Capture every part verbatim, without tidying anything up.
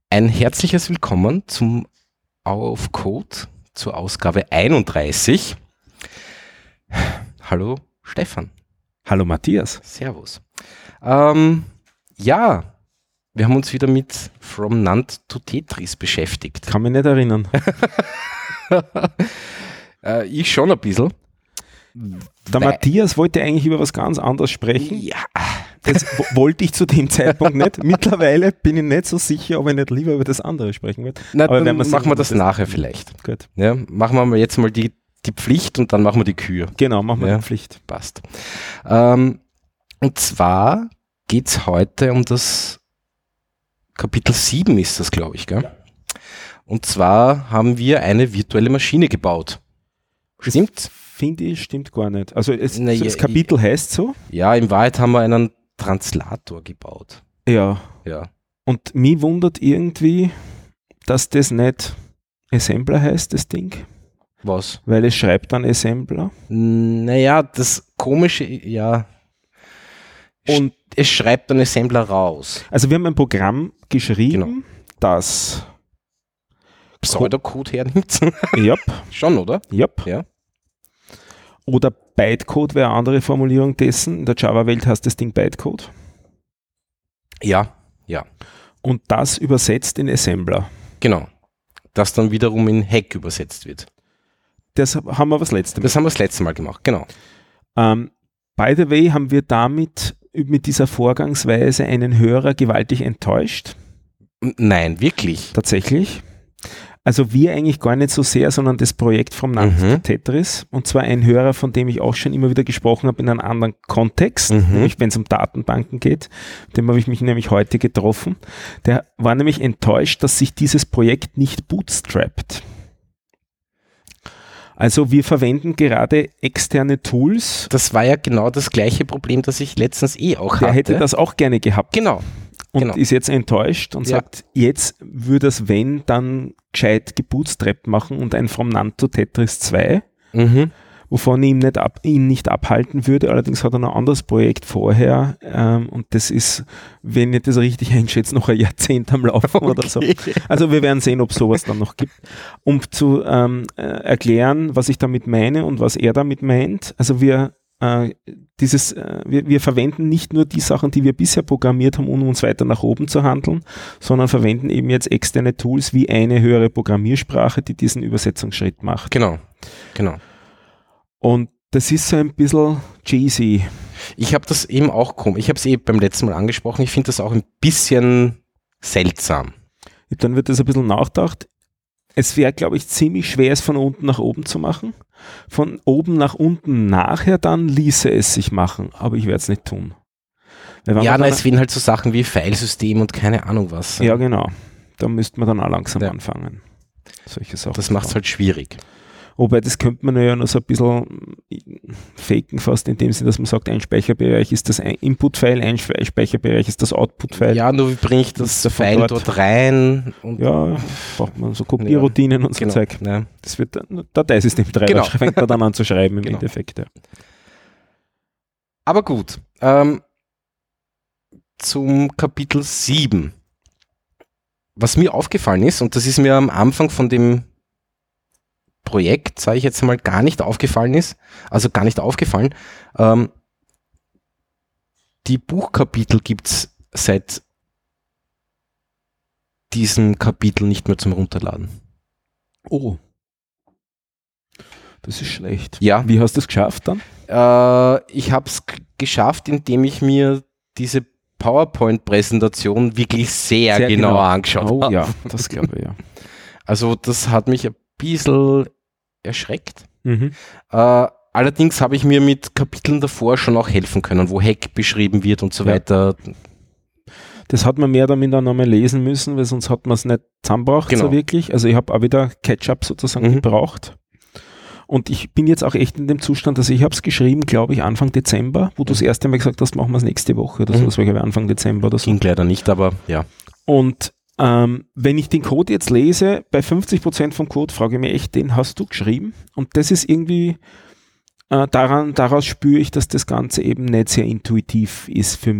Ein herzliches Willkommen zum Auf Code zur Ausgabe einunddreißig. Hallo Stefan. Hallo Matthias. Servus. Ähm, ja, wir haben uns wieder mit From Nant to Tetris beschäftigt. Kann mich nicht erinnern. äh, ich schon ein bisschen. Der Matthias wollte eigentlich über was ganz anderes sprechen. Ja. Das w- wollte ich zu dem Zeitpunkt nicht. Mittlerweile bin ich nicht so sicher, ob ich nicht lieber über das andere sprechen will. Na, Aber dann werden wir machen sehen, wir das das nachher vielleicht. Gut. Ja, machen wir mal jetzt mal die, die Pflicht und dann machen wir die Kür. Genau, machen wir Ja. die Pflicht. Passt. Ähm, und zwar geht es heute um das Kapitel sieben ist das, glaube ich, gell? Und zwar haben wir eine virtuelle Maschine gebaut. Stimmt's? Finde ich, stimmt gar nicht. Also es, Na, so das ja, Kapitel ich, heißt so. Ja, in Wahrheit haben wir einen Translator gebaut. Ja. Ja. Und mich wundert irgendwie, dass das nicht Assembler heißt, das Ding. Was? Weil es schreibt dann Assembler. Naja, das Komische, ja. Und es schreibt einen Assembler raus. Also wir haben ein Programm geschrieben, Genau. das Pseudocode hernimmt. Yep. Schon, oder? Yep. Ja. Oder Bytecode wäre eine andere Formulierung dessen. In der Java-Welt heißt das Ding Bytecode. Ja, ja. Und das übersetzt in Assembler. Genau. Das dann wiederum in Hack übersetzt wird. Das haben wir das letzte Mal. Das haben wir das letzte Mal gemacht, genau. Ähm, by the way, haben wir damit mit dieser Vorgangsweise einen Hörer gewaltig enttäuscht. Nein, wirklich. Tatsächlich. Also wir eigentlich gar nicht so sehr, sondern das Projekt vom Nant Mhm. Tetris. Und zwar ein Hörer, von dem ich auch schon immer wieder gesprochen habe in einem anderen Kontext, Mhm. nämlich wenn es um Datenbanken geht. Dem habe ich mich nämlich heute getroffen. Der war nämlich enttäuscht, dass sich dieses Projekt nicht bootstrappt. Also wir verwenden gerade externe Tools. Das war ja genau das gleiche Problem, das ich letztens eh auch hatte. Der hätte das auch gerne gehabt. Genau. Und genau. ist jetzt enttäuscht und Ja. sagt, jetzt würde es, wenn, dann gescheit gebootstrapped machen und ein From Nant to Tetris zwei, Mhm. wovon ich ihn nicht, ab, ihn nicht abhalten würde. Allerdings hat er noch ein anderes Projekt vorher ähm, und das ist, wenn ich das richtig einschätze, noch ein Jahrzehnt am Laufen oder so. Also wir werden sehen, ob es sowas dann noch gibt. Um zu ähm, äh, erklären, was ich damit meine und was er damit meint. Also wir äh, dieses, äh, wir, wir verwenden nicht nur die Sachen, die wir bisher programmiert haben, um uns weiter nach oben zu handeln, sondern verwenden eben jetzt externe Tools wie eine höhere Programmiersprache, die diesen Übersetzungsschritt macht. Genau. Genau. Und das ist so ein bisschen cheesy. Ich habe das eben auch komisch. Ich habe es eh beim letzten Mal angesprochen. Ich finde das auch ein bisschen seltsam. Dann wird das ein bisschen nachgedacht. Es wäre, glaube ich, ziemlich schwer, es von unten nach oben zu machen. Von oben nach unten nachher dann ließe es sich machen, aber ich werde es nicht tun. Weil wenn Ja, man na, dann- es fehlen halt so Sachen wie Filesystem und keine Ahnung was. ja, genau. Da müsste man dann auch langsam Ja. anfangen. Solche Sachen. Das macht es halt schwierig. Wobei, das könnte man ja noch so ein bisschen faken fast in dem Sinne, dass man sagt, ein Speicherbereich ist das ein Input-File, ein Spe- Speicherbereich ist das Output-File. Ja, nur wie bringe ich das Und von File dort- dort rein? Und Ja, braucht man so Kopierroutinen und so genau. Zeug. Ja. Das wird dann, Dateisystem-Treiber Genau. fängt man dann an zu schreiben im Genau. Endeffekt. Ja. Aber gut, ähm, zum Kapitel sieben. Was mir aufgefallen ist, und das ist mir am Anfang von dem Projekt, sage ich jetzt mal, gar nicht aufgefallen ist, also gar nicht aufgefallen, ähm, die Buchkapitel gibt es seit diesem Kapitel nicht mehr zum Runterladen. Oh. Das ist schlecht. Ja. Wie hast du es geschafft dann? Äh, ich habe es geschafft, indem ich mir diese PowerPoint-Präsentation wirklich sehr, Sehr genau, genau. angeschaut Oh habe. ja, das glaube ich, ja. Also das hat mich ein bisschen erschreckt. Mhm. Äh, allerdings habe ich mir mit Kapiteln davor schon auch helfen können, wo Hack beschrieben wird und so Ja. weiter. Das hat man mehr damit dann nochmal lesen müssen, weil sonst hat man es nicht zusammengebracht, Genau. so wirklich. Also ich habe auch wieder Catch-up sozusagen Mhm. gebraucht. Und ich bin jetzt auch echt in dem Zustand, also ich habe es geschrieben, glaube ich, Anfang Dezember, wo du das erste Mal gesagt hast, machen wir es nächste Woche oder so. Mhm. Das war, glaube ich, Anfang Dezember oder so. Ging leider nicht, aber ja. Und ähm, wenn ich den Code jetzt lese, bei fünfzig Prozent vom Code frage ich mich echt, den hast du geschrieben? Und das ist irgendwie, äh, daran, daraus spüre ich, dass das Ganze eben nicht sehr intuitiv ist für mich.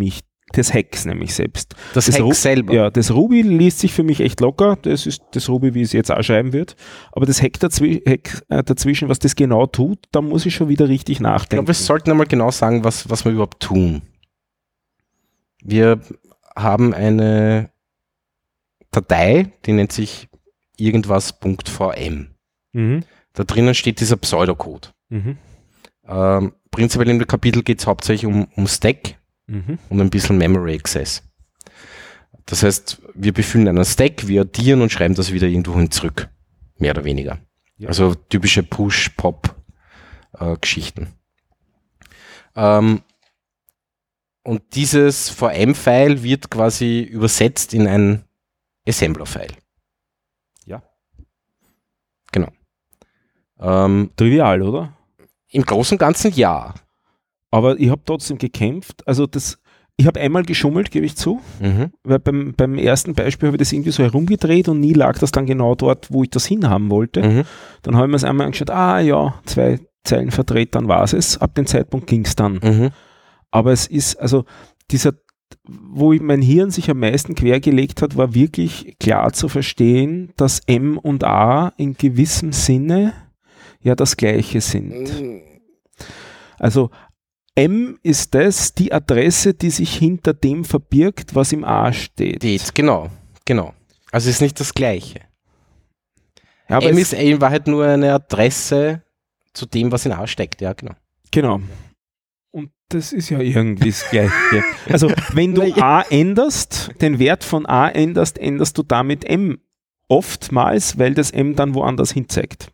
des Hacks nämlich selbst. Das, das Hack Ru- selber? Ja, das Ruby liest sich für mich echt locker. Das ist das Ruby, wie es jetzt auch schreiben wird. Aber das Hack, dazwi- Hack äh, dazwischen, was das genau tut, da muss ich schon wieder richtig nachdenken. Ich glaube, wir sollten einmal genau sagen, was, was wir überhaupt tun. Wir haben eine Datei, die nennt sich irgendwas.vm. Mhm. Da drinnen steht dieser Pseudocode. Mhm. Ähm, prinzipiell in dem Kapitel geht es hauptsächlich um, um Stack Mhm. und ein bisschen Memory Access. Das heißt, wir befüllen einen Stack, wir addieren und schreiben das wieder irgendwohin zurück. Mehr oder weniger. Ja. Also typische Push-Pop-Geschichten. Ähm, und dieses V M-File wird quasi übersetzt in ein Assembler-File. Ja. Genau. Ähm, Trivial, oder? Im Großen und Ganzen ja. Aber ich habe trotzdem gekämpft. Also das, ich habe einmal geschummelt, gebe ich zu, Mhm. weil beim, beim ersten Beispiel habe ich das irgendwie so herumgedreht und nie lag das dann genau dort, wo ich das hinhaben wollte. Mhm. Dann habe ich mir es einmal angeschaut, ah ja, zwei Zeilen verdreht, dann war es. Ab dem Zeitpunkt ging es dann. Mhm. Aber es ist, also dieser, wo mein Hirn sich am meisten quergelegt hat, war wirklich klar zu verstehen, dass M und A in gewissem Sinne ja das Gleiche sind. Also M ist das, die Adresse, die sich hinter dem verbirgt, was im A steht. Steht, genau, genau. Also es ist nicht das Gleiche. Ja, aber M es, ist in Wahrheit nur eine Adresse zu dem, was in A steckt, ja, genau. genau. Und das ist ja irgendwie das Gleiche. Also wenn du Naja. A änderst, den Wert von A änderst, änderst du damit M oftmals, weil das M dann woanders hin zeigt.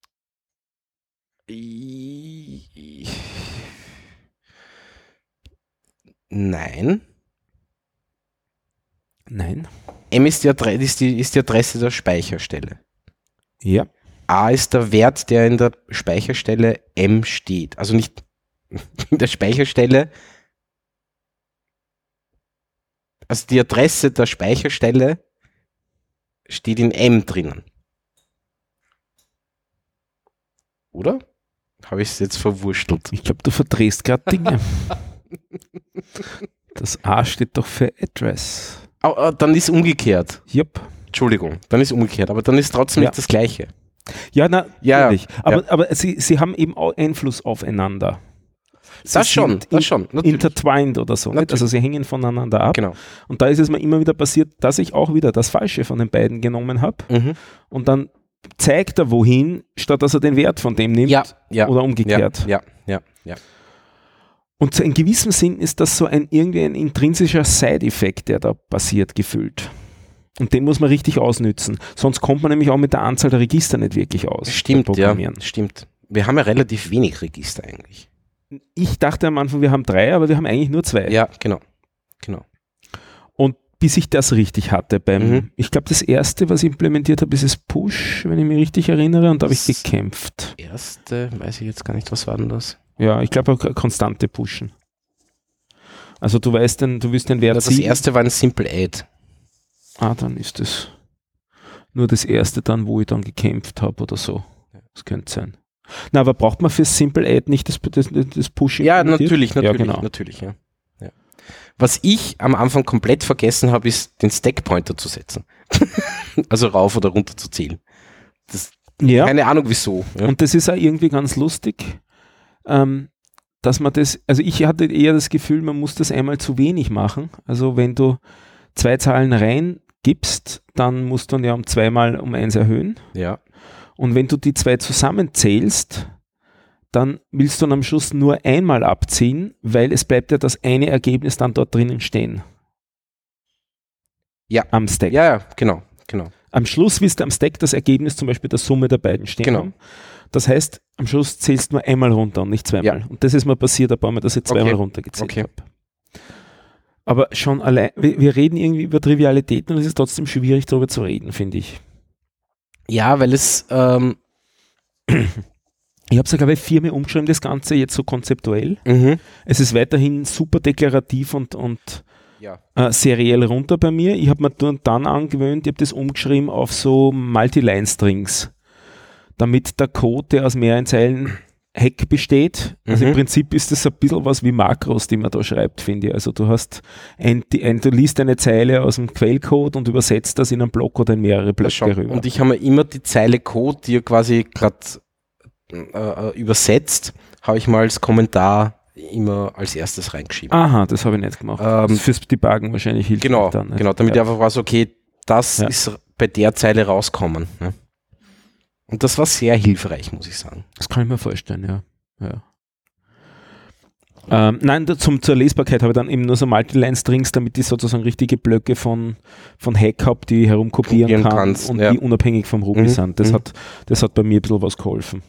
Nein. Nein. M ist die, Adre ist, die, ist die Adresse der Speicherstelle. Ja. A ist der Wert, der in der Speicherstelle M steht. Also nicht in der Speicherstelle. Also die Adresse der Speicherstelle steht in M drinnen. Oder? Habe ich es jetzt verwurstelt? Ich glaube, du verdrehst gerade Dinge. Das A steht doch für Address. Oh, oh, dann ist umgekehrt. Jupp. Entschuldigung, dann ist umgekehrt, aber dann ist trotzdem Ja. nicht das Gleiche. Ja, na, Ja, natürlich. Aber, ja. aber sie, sie haben eben auch Einfluss aufeinander. Sie Das schon, sind das in- schon. Natürlich. Intertwined oder so. Nicht? Natürlich. Also sie hängen voneinander ab. Genau. Und da ist es mir immer wieder passiert, dass ich auch wieder das Falsche von den beiden genommen habe. Mhm. Und dann zeigt er wohin, statt dass er den Wert von dem nimmt. Ja, ja. Oder umgekehrt. Ja, ja, ja. Und so in gewissem Sinn ist das so ein irgendwie ein intrinsischer Side-Effekt, der da passiert, gefühlt. Und den muss man richtig ausnützen. Sonst kommt man nämlich auch mit der Anzahl der Register nicht wirklich aus. Stimmt, beim ja. Programmieren. Stimmt. Wir haben ja relativ wenig Register eigentlich. Ich dachte am Anfang, wir haben drei, aber wir haben eigentlich nur zwei. Ja, genau. Genau. Und bis ich das richtig hatte beim, Mhm. ich glaube, das erste, was ich implementiert habe, ist das Push, wenn ich mich richtig erinnere, und da habe ich Das- gekämpft. Erste, weiß ich jetzt gar nicht, was war denn das? Ja, ich glaube auch konstante Pushen. Also du weißt denn, du willst den Wert Das sieben. erste war ein Simple Add. Ah, dann ist es nur das erste dann, wo ich dann gekämpft habe oder so. Das könnte sein. Na, aber braucht man für Simple Add nicht das, das, das Pushing? Ja, implementiert? natürlich, natürlich, Ja, genau. natürlich, ja. ja. Was ich am Anfang komplett vergessen habe, ist den Stack-Pointer zu setzen. Also rauf oder runter zu zählen. Das, Ja. Keine Ahnung wieso. Ja. Und das ist auch irgendwie ganz lustig, ähm, dass man das, also ich hatte eher das Gefühl, man muss das einmal zu wenig machen. Also wenn du zwei Zahlen rein gibst, dann musst du dann ja um zweimal um eins erhöhen. ja. Und wenn du die zwei zusammenzählst, dann willst du dann am Schluss nur einmal abziehen, weil es bleibt ja das eine Ergebnis dann dort drinnen stehen. Ja. Am Stack. Ja, ja, genau, genau. Am Schluss willst du am Stack das Ergebnis zum Beispiel der Summe der beiden stehen Genau. haben. Das heißt, am Schluss zählst du nur einmal runter und nicht zweimal. Ja. Und das ist mir passiert, ein paar Mal, dass ich zweimal Okay. runtergezählt Okay. habe. Aber schon allein, wir, wir reden irgendwie über Trivialitäten und es ist trotzdem schwierig, darüber zu reden, finde ich. Ja, weil es, ähm, Ich habe sogar bei Firma umgeschrieben, das Ganze jetzt so konzeptuell. mhm. Es ist weiterhin super deklarativ und, und ja. äh, seriell runter bei mir. Ich habe mir dann, dann angewöhnt, ich habe das umgeschrieben auf so Multi-Line-Strings, damit der Code, der aus mehreren Zeilen Hack besteht. Also Mhm. im Prinzip ist das ein bisschen was wie Makros, die man da schreibt, finde ich. Also du hast ein, die, ein, du liest eine Zeile aus dem Quellcode und übersetzt das in einen Block oder in mehrere Blöcke Schon. rüber. Und ich habe mir immer die Zeile Code, die er quasi gerade äh, übersetzt, habe ich mal als Kommentar immer als erstes reingeschrieben. Aha, das habe ich nicht gemacht. Ähm, das fürs Debuggen wahrscheinlich hilft Genau, dann. Nicht? genau, damit ja. ich einfach weiß, okay, das Ja. ist bei der Zeile rauskommen. Ne? Und das war sehr hilfreich, muss ich sagen. Das kann ich mir vorstellen, ja. ja. Ähm, nein, da zum, zur Lesbarkeit habe ich dann eben nur so Multiline-Strings, damit ich sozusagen richtige Blöcke von, von Hack habe, die ich herumkopieren Kopieren kann kannst, und ja. die unabhängig vom Ruby Mhm, sind. Das, mhm. hat, das hat bei mir ein bisschen was geholfen.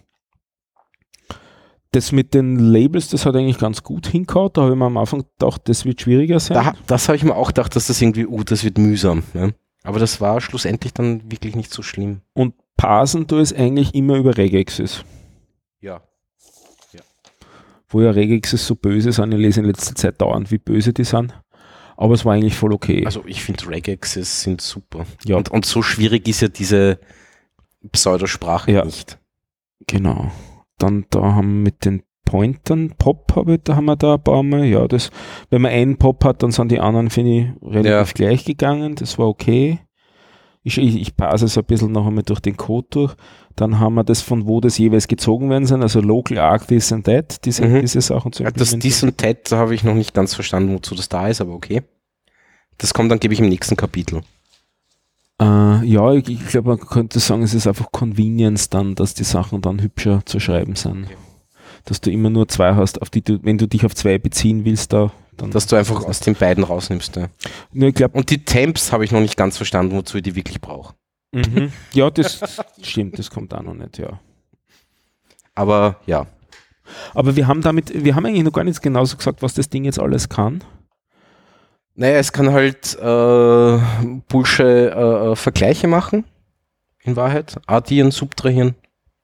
Das mit den Labels, das hat eigentlich ganz gut hingehauen. Da habe ich mir am Anfang gedacht, das wird schwieriger sein. Da, das habe ich mir auch gedacht, dass das irgendwie, uh, das wird mühsam. Ne? Aber das war schlussendlich dann wirklich nicht so schlimm. Und parsen du es eigentlich immer über Regexes. Ja. Wo ja Regexes so böse sind. Ich lese in letzter Zeit dauernd, wie böse die sind. Aber es war eigentlich voll okay. Also ich finde Regexes sind super. Ja. Und, und so schwierig ist ja diese Pseudosprache Ja. nicht. Genau. Dann da haben wir mit den Pointern, Pop habe ich, da haben wir da ein paar Mal, ja, das, wenn man einen Pop hat, dann sind die anderen, finde ich, relativ Ja. gleich gegangen, das war okay. Ich, ich, ich passe es ein bisschen noch einmal durch den Code durch. Dann haben wir das, von wo das jeweils gezogen werden soll, also Local Arc, This and That, diese, Mhm. diese Sachen zu Ja, das This und That, da habe ich noch nicht ganz verstanden, wozu das da ist, aber okay. Das kommt dann, gebe ich im nächsten Kapitel. Äh, ja, ich, ich glaube, man könnte sagen, es ist einfach Convenience dann, dass die Sachen dann hübscher zu schreiben sind. Okay. Dass du immer nur zwei hast, auf die du, wenn du dich auf zwei beziehen willst, da dann. Dass du einfach aus den beiden rausnimmst. Ja. Nur ich glaube, Und die Temps habe ich noch nicht ganz verstanden, wozu ich die wirklich brauche. mhm. ja, das stimmt, das kommt auch noch nicht, ja. Aber ja. Aber wir haben damit, wir haben eigentlich noch gar nicht genauso gesagt, was das Ding jetzt alles kann. Naja, es kann halt äh, Bullsche äh, Vergleiche machen, in Wahrheit. Addieren, subtrahieren.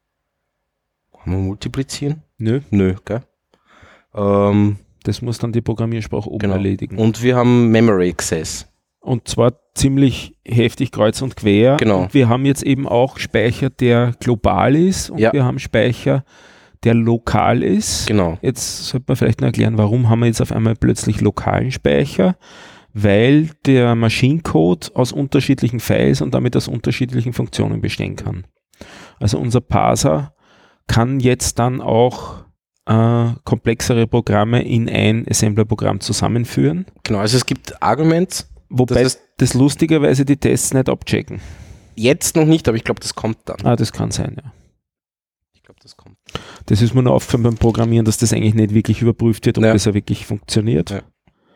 Kann man multiplizieren? Nö. Nö, gell? Ähm, Das muss dann die Programmiersprache oben Genau. erledigen. und wir haben Memory Access. Und zwar ziemlich heftig kreuz und quer. Genau. Und wir haben jetzt eben auch Speicher, der global ist, und Ja. wir haben Speicher, der lokal ist. Genau. Jetzt sollte man vielleicht noch erklären, warum haben wir jetzt auf einmal plötzlich lokalen Speicher? Weil der Maschinencode aus unterschiedlichen Files und damit aus unterschiedlichen Funktionen bestehen kann. Also unser Parser kann jetzt dann auch äh, komplexere Programme in ein Assembler-Programm zusammenführen. Genau, also es gibt Arguments. Wobei Das das, ist- lustigerweise die Tests nicht abchecken. Jetzt noch nicht, aber ich glaube, das kommt dann. Ah, das kann sein, ja. Ich glaube, das kommt. Das ist mir nur aufgefallen beim Programmieren, dass das eigentlich nicht wirklich überprüft wird, ob Ja. das ja wirklich funktioniert. Ja.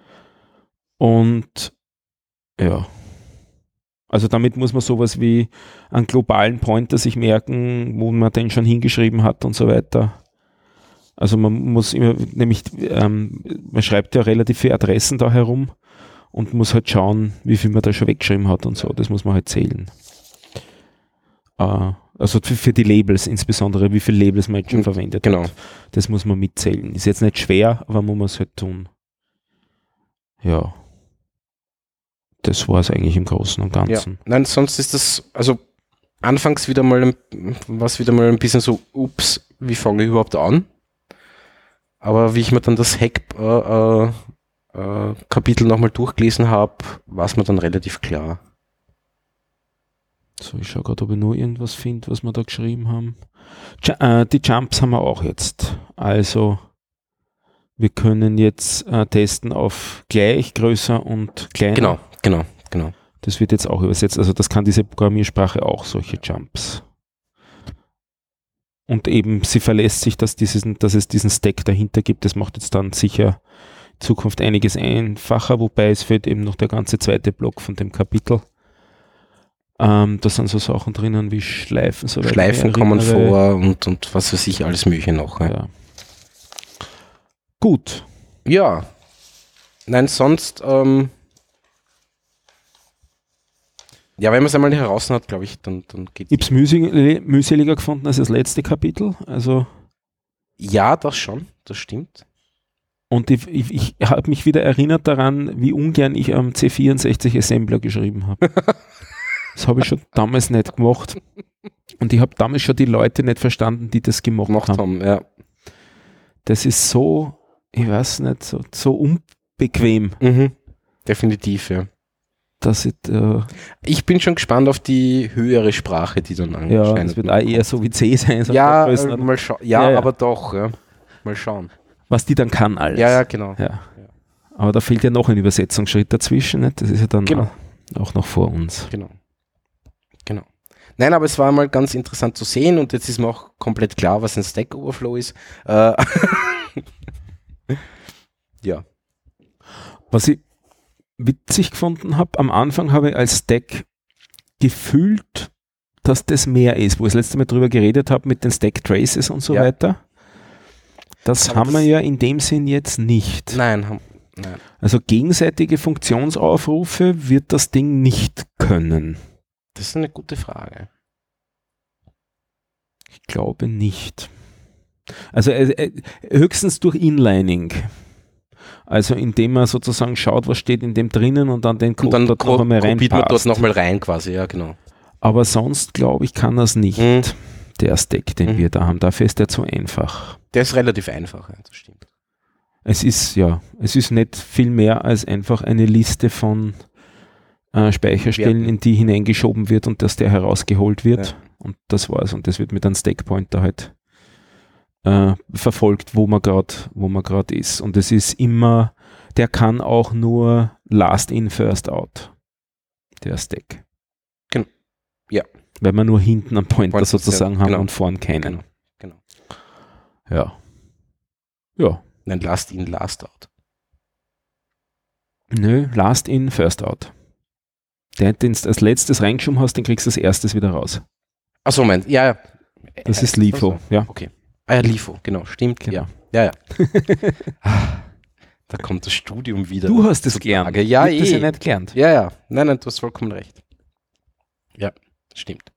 Und ja. Also damit muss man sowas wie einen globalen Pointer sich merken, wo man den schon hingeschrieben hat und so weiter. Also man muss immer, nämlich, ähm, man schreibt ja relativ viele Adressen da herum und muss halt schauen, wie viel man da schon weggeschrieben hat und so. Das muss man halt zählen. Äh, also für, für die Labels insbesondere, wie viele Labels man jetzt schon Mhm, verwendet genau. hat. Das muss man mitzählen. Ist jetzt nicht schwer, aber man muss halt tun. Ja. Das war es eigentlich im Großen und Ja. Ganzen. Nein, sonst ist das, also anfangs wieder mal, ein- was wieder mal ein bisschen so, ups, wie fange ich überhaupt an? Aber wie ich mir dann das Hack äh, äh, äh, Kapitel nochmal durchgelesen habe, war es mir dann relativ klar. So, ich schaue gerade, ob ich nur irgendwas finde, was wir da geschrieben haben. Ju- äh, die Jumps haben wir auch jetzt. Also wir können jetzt äh, testen auf gleich, größer und kleiner. Genau, genau, genau. Das wird jetzt auch übersetzt. Also das kann diese Programmiersprache auch, solche Jumps. Und eben, sie verlässt sich, dass, dieses, dass es diesen Stack dahinter gibt. Das macht jetzt dann sicher in Zukunft einiges einfacher, wobei es fehlt eben noch der ganze zweite Block von dem Kapitel. Ähm, da sind so Sachen drinnen wie Schleifen. soweit ich mich Schleifen kommen erinnere. vor und, und was weiß ich, alles mögliche noch. Ja. Ja. Gut. ja. Nein, sonst, ähm, ja, wenn man es einmal heraus hat, glaube ich, dann, dann geht Ich habe es mühselig, mühseliger gefunden als das letzte Kapitel. Also, Ja, das schon, das stimmt. und ich, ich, ich habe mich wieder erinnert daran, wie ungern ich am C vierundsechzig Assembler geschrieben habe. Das habe ich schon damals nicht gemacht. Und ich habe damals schon die Leute nicht verstanden, die das gemacht, Gemacht haben. haben, ja. Das ist so, ich weiß nicht, so, so unbequem. Mhm. Definitiv, ja. Dass ich, äh, Ich bin schon gespannt auf die höhere Sprache, die dann ja, anscheinend es wird noch auch kommt. eher so wie C sein. So Ja, Größen, äh, oder? mal schauen. Ja, Ja, ja. aber doch, ja. Mal schauen. Was die dann kann alles. Ja, ja, genau. Ja. Aber da fehlt ja noch ein Übersetzungsschritt dazwischen. Nicht? Das ist ja dann Genau. auch, auch noch vor uns. Genau. Genau. Nein, aber es war mal ganz interessant zu sehen und jetzt ist mir auch komplett klar, was ein Stack Overflow ist. Äh, ja. Was ich witzig gefunden habe, am Anfang habe ich als Stack gefühlt, dass das mehr ist, wo ich das letzte Mal drüber geredet habe mit den Stack Traces und so Ja. weiter. Das Aber haben das- wir ja in dem Sinn jetzt nicht. Nein, haben, nein. Also gegenseitige Funktionsaufrufe wird das Ding nicht können. Das ist eine gute Frage. Ich glaube nicht. Also äh, äh, höchstens durch Inlining. Also indem man sozusagen schaut, was steht in dem drinnen und dann den Und Code dann dort ko- noch einmal kopiert man dort reinpasst. nochmal rein quasi, ja genau. Aber sonst glaube ich, kann das nicht. Mhm. Der Stack, den Mhm. wir da haben, dafür ist der zu einfach. Der ist relativ einfach, ja, das stimmt. Es ist, ja, es ist nicht viel mehr als einfach eine Liste von äh, Speicherstellen, Werten. in die hineingeschoben wird und dass der herausgeholt wird. Ja. Und das war's. Und das wird mit einem Stackpointer halt äh, verfolgt, wo man gerade, wo man gerade ist. Und es ist immer, der kann auch nur Last in, First out. Der Stack. Gen- ja. Weil wir nur hinten einen Pointer Pointer, sozusagen ja, haben genau. und vorn keinen. Genau. Genau. Ja. Ja. Nein, last in, last out. Nö, Last in, First out. Der, den du als letztes reingeschoben hast, den kriegst du als erstes wieder raus. Achso, mein, ja, ja. Das Äh, ist LIFO, so? ja. Okay. Ah ja, LIFO, genau, stimmt. Genau. Ja, ja, ja. ja. Ah, da kommt das Studium wieder. Du hast es zutage. gelernt. Ja, Ich hab das eh. ja nicht gelernt. Ja, ja. Nein, nein, du hast vollkommen recht. Ja, stimmt.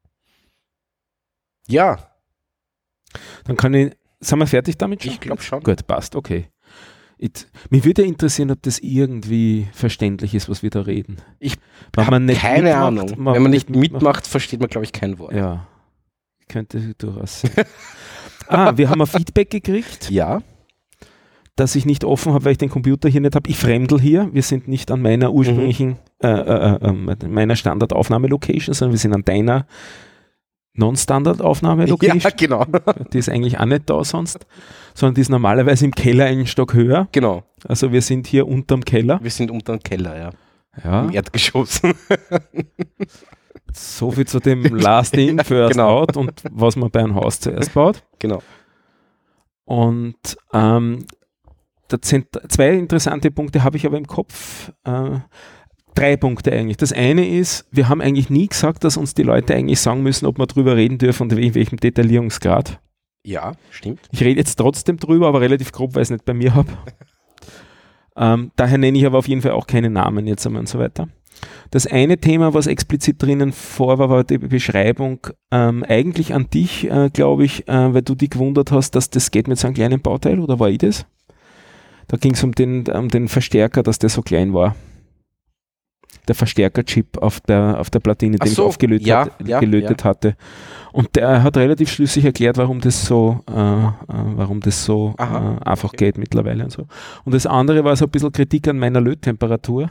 Ja, Dann kann ich, sind wir fertig damit schon? ich glaube schon. Gut, passt, okay. It, mich würde interessieren, ob das irgendwie verständlich ist, was wir da reden. Ich Wenn hab man nicht keine mitmacht, Ahnung. man Wenn man nicht mitmacht- mitmacht, versteht man, glaube ich, kein Wort. Ja, könnte durchaus sein. Ah, wir haben ein Feedback gekriegt, Ja, dass ich nicht offen habe, weil ich den Computer hier nicht habe. Ich fremdel hier. Wir sind nicht an meiner ursprünglichen, äh, äh, äh, meiner Standardaufnahmelocation, sondern wir sind an deiner Non-Standard-Aufnahmelocation. ja, genau. Die ist eigentlich auch nicht da sonst, sondern die ist normalerweise im Keller einen Stock höher. Genau. Also wir sind hier unterm Keller. Wir sind unter dem Keller, ja. Ja, Im Erdgeschoss. so viel zu dem Last In, First genau. Out und was man bei einem Haus zuerst baut. Genau. Und ähm, da sind zwei interessante Punkte, habe ich aber im Kopf. Äh, drei Punkte eigentlich. Das eine ist, wir haben eigentlich nie gesagt, dass uns die Leute eigentlich sagen müssen, ob wir drüber reden dürfen und in welchem Detaillierungsgrad. Ja, stimmt. Ich rede jetzt trotzdem drüber, aber relativ grob, weil ich es nicht bei mir habe. ähm, daher nenne ich aber auf jeden Fall auch keine Namen jetzt einmal und so weiter. Das eine Thema, was explizit drinnen vor war, war die Beschreibung ähm, eigentlich an dich, äh, glaube ich, äh, weil du dich gewundert hast, dass das geht mit so einem kleinen Bauteil, oder war ich das? Da ging es um den, um den Verstärker, dass der so klein war. Der Verstärkerchip auf der, auf der Platine, Ach den so, ich aufgelötet ja, hat, ja, gelötet hatte. Und der hat relativ schlüssig erklärt, warum das so, äh, äh, warum das so Aha, äh, einfach okay. geht mittlerweile und so. Und das andere war so ein bisschen Kritik an meiner Löttemperatur,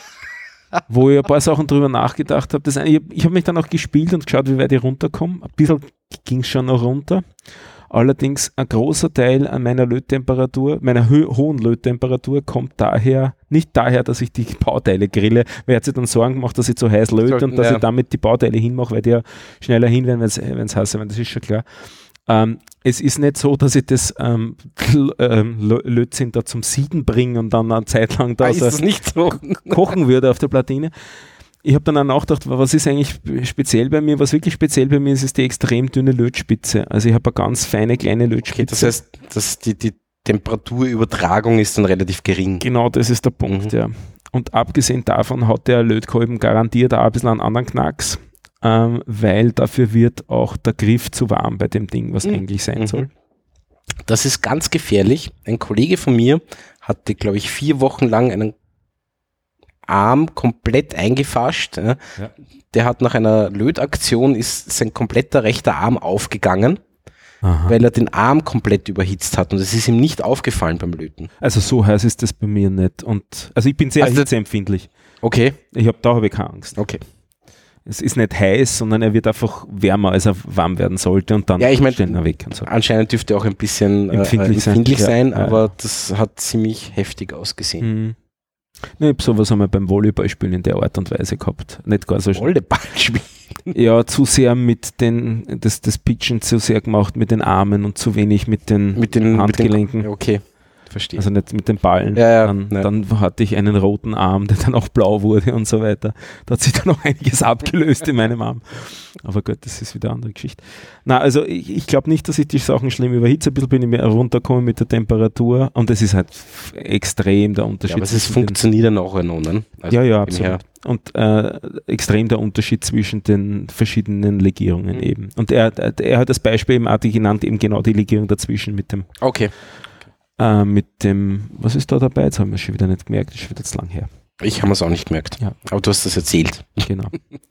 wo ich ein paar Sachen drüber nachgedacht habe. Das eine, ich ich habe mich dann auch gespielt und geschaut, wie weit ich runterkomme. Ein bisschen ging es schon noch runter. Allerdings ein großer Teil an meiner Löttemperatur, meiner ho hohen Löttemperatur kommt daher, nicht daher, dass ich die Bauteile grille, weil er hat sich dann Sorgen gemacht, dass ich zu heiß löte und dass ja. ich damit die Bauteile hinmache, weil die ja schneller hin werden, wenn es heiß ist, das ist schon klar. Ähm, es ist nicht so, dass ich das ähm, ähm, Lötzinn da zum Sieden bringe und dann eine Zeit lang da Ah, ist so das nicht so? kochen würde auf der Platine. Ich habe dann auch nachgedacht, was ist eigentlich speziell bei mir? Was wirklich speziell bei mir ist, ist die extrem dünne Lötspitze. Also ich habe eine ganz feine kleine Okay, Lötspitze. das heißt, dass die, die Temperaturübertragung ist dann relativ gering. Genau, das ist der Punkt, Mhm. ja. Und abgesehen davon hat der Lötkolben garantiert auch ein bisschen einen anderen Knacks, ähm, weil dafür wird auch der Griff zu warm bei dem Ding, was Mhm. eigentlich sein Mhm. soll. Das ist ganz gefährlich. Ein Kollege von mir hatte, glaube ich, vier Wochen lang einen Arm komplett eingefascht. Ja. Ja. Der hat nach einer Lötaktion, ist sein kompletter rechter Arm aufgegangen. Aha. weil er den Arm komplett überhitzt hat und es ist ihm nicht aufgefallen beim Löten. Also so heiß ist das bei mir nicht. Und, also ich bin sehr Also hitzeempfindlich. Okay. Ich habe da habe ich keine Angst. Okay. Es ist nicht heiß, sondern er wird einfach wärmer, als er warm werden sollte und dann Ja, ich mein, stellen er weg und so. Anscheinend dürfte er auch ein bisschen äh, Empfindlich sein. empfindlich Ja, sein, ja. aber das hat ziemlich heftig ausgesehen. Mhm. Ne, sowas haben wir beim Volleyballspielen in der Art und Weise gehabt. Nicht gar so Volleyballspiel. Ja, zu sehr mit den, das, das Pitchen zu sehr gemacht mit den Armen und zu wenig mit den, Mit den Handgelenken. Mit den, okay, verstehe. Also nicht mit den Ballen. Ja, ja, dann, ja. dann hatte ich einen roten Arm, der dann auch blau wurde und so weiter. Da hat sich dann auch einiges abgelöst in meinem Arm. Aber gut, das ist wieder eine andere Geschichte. Na, also ich, ich glaube nicht, dass ich die Sachen schlimm überhitze. Ein bisschen bin ich mehr runtergekommen mit der Temperatur und das ist halt f- extrem der Unterschied. Ja, aber es ist zwischen den- funktioniert dann auch noch, ne? Also ja, ja, von dem her- absolut. Und äh, extrem der Unterschied zwischen den verschiedenen Legierungen Mhm. eben. Und er, er hat das Beispiel eben artig genannt, eben genau die Legierung dazwischen mit dem, Okay. äh, mit dem, was ist da dabei? Jetzt haben wir es schon wieder nicht gemerkt, das ist schon wieder zu lang her. Ich habe es auch nicht gemerkt. Ja. Aber du hast das erzählt. Genau.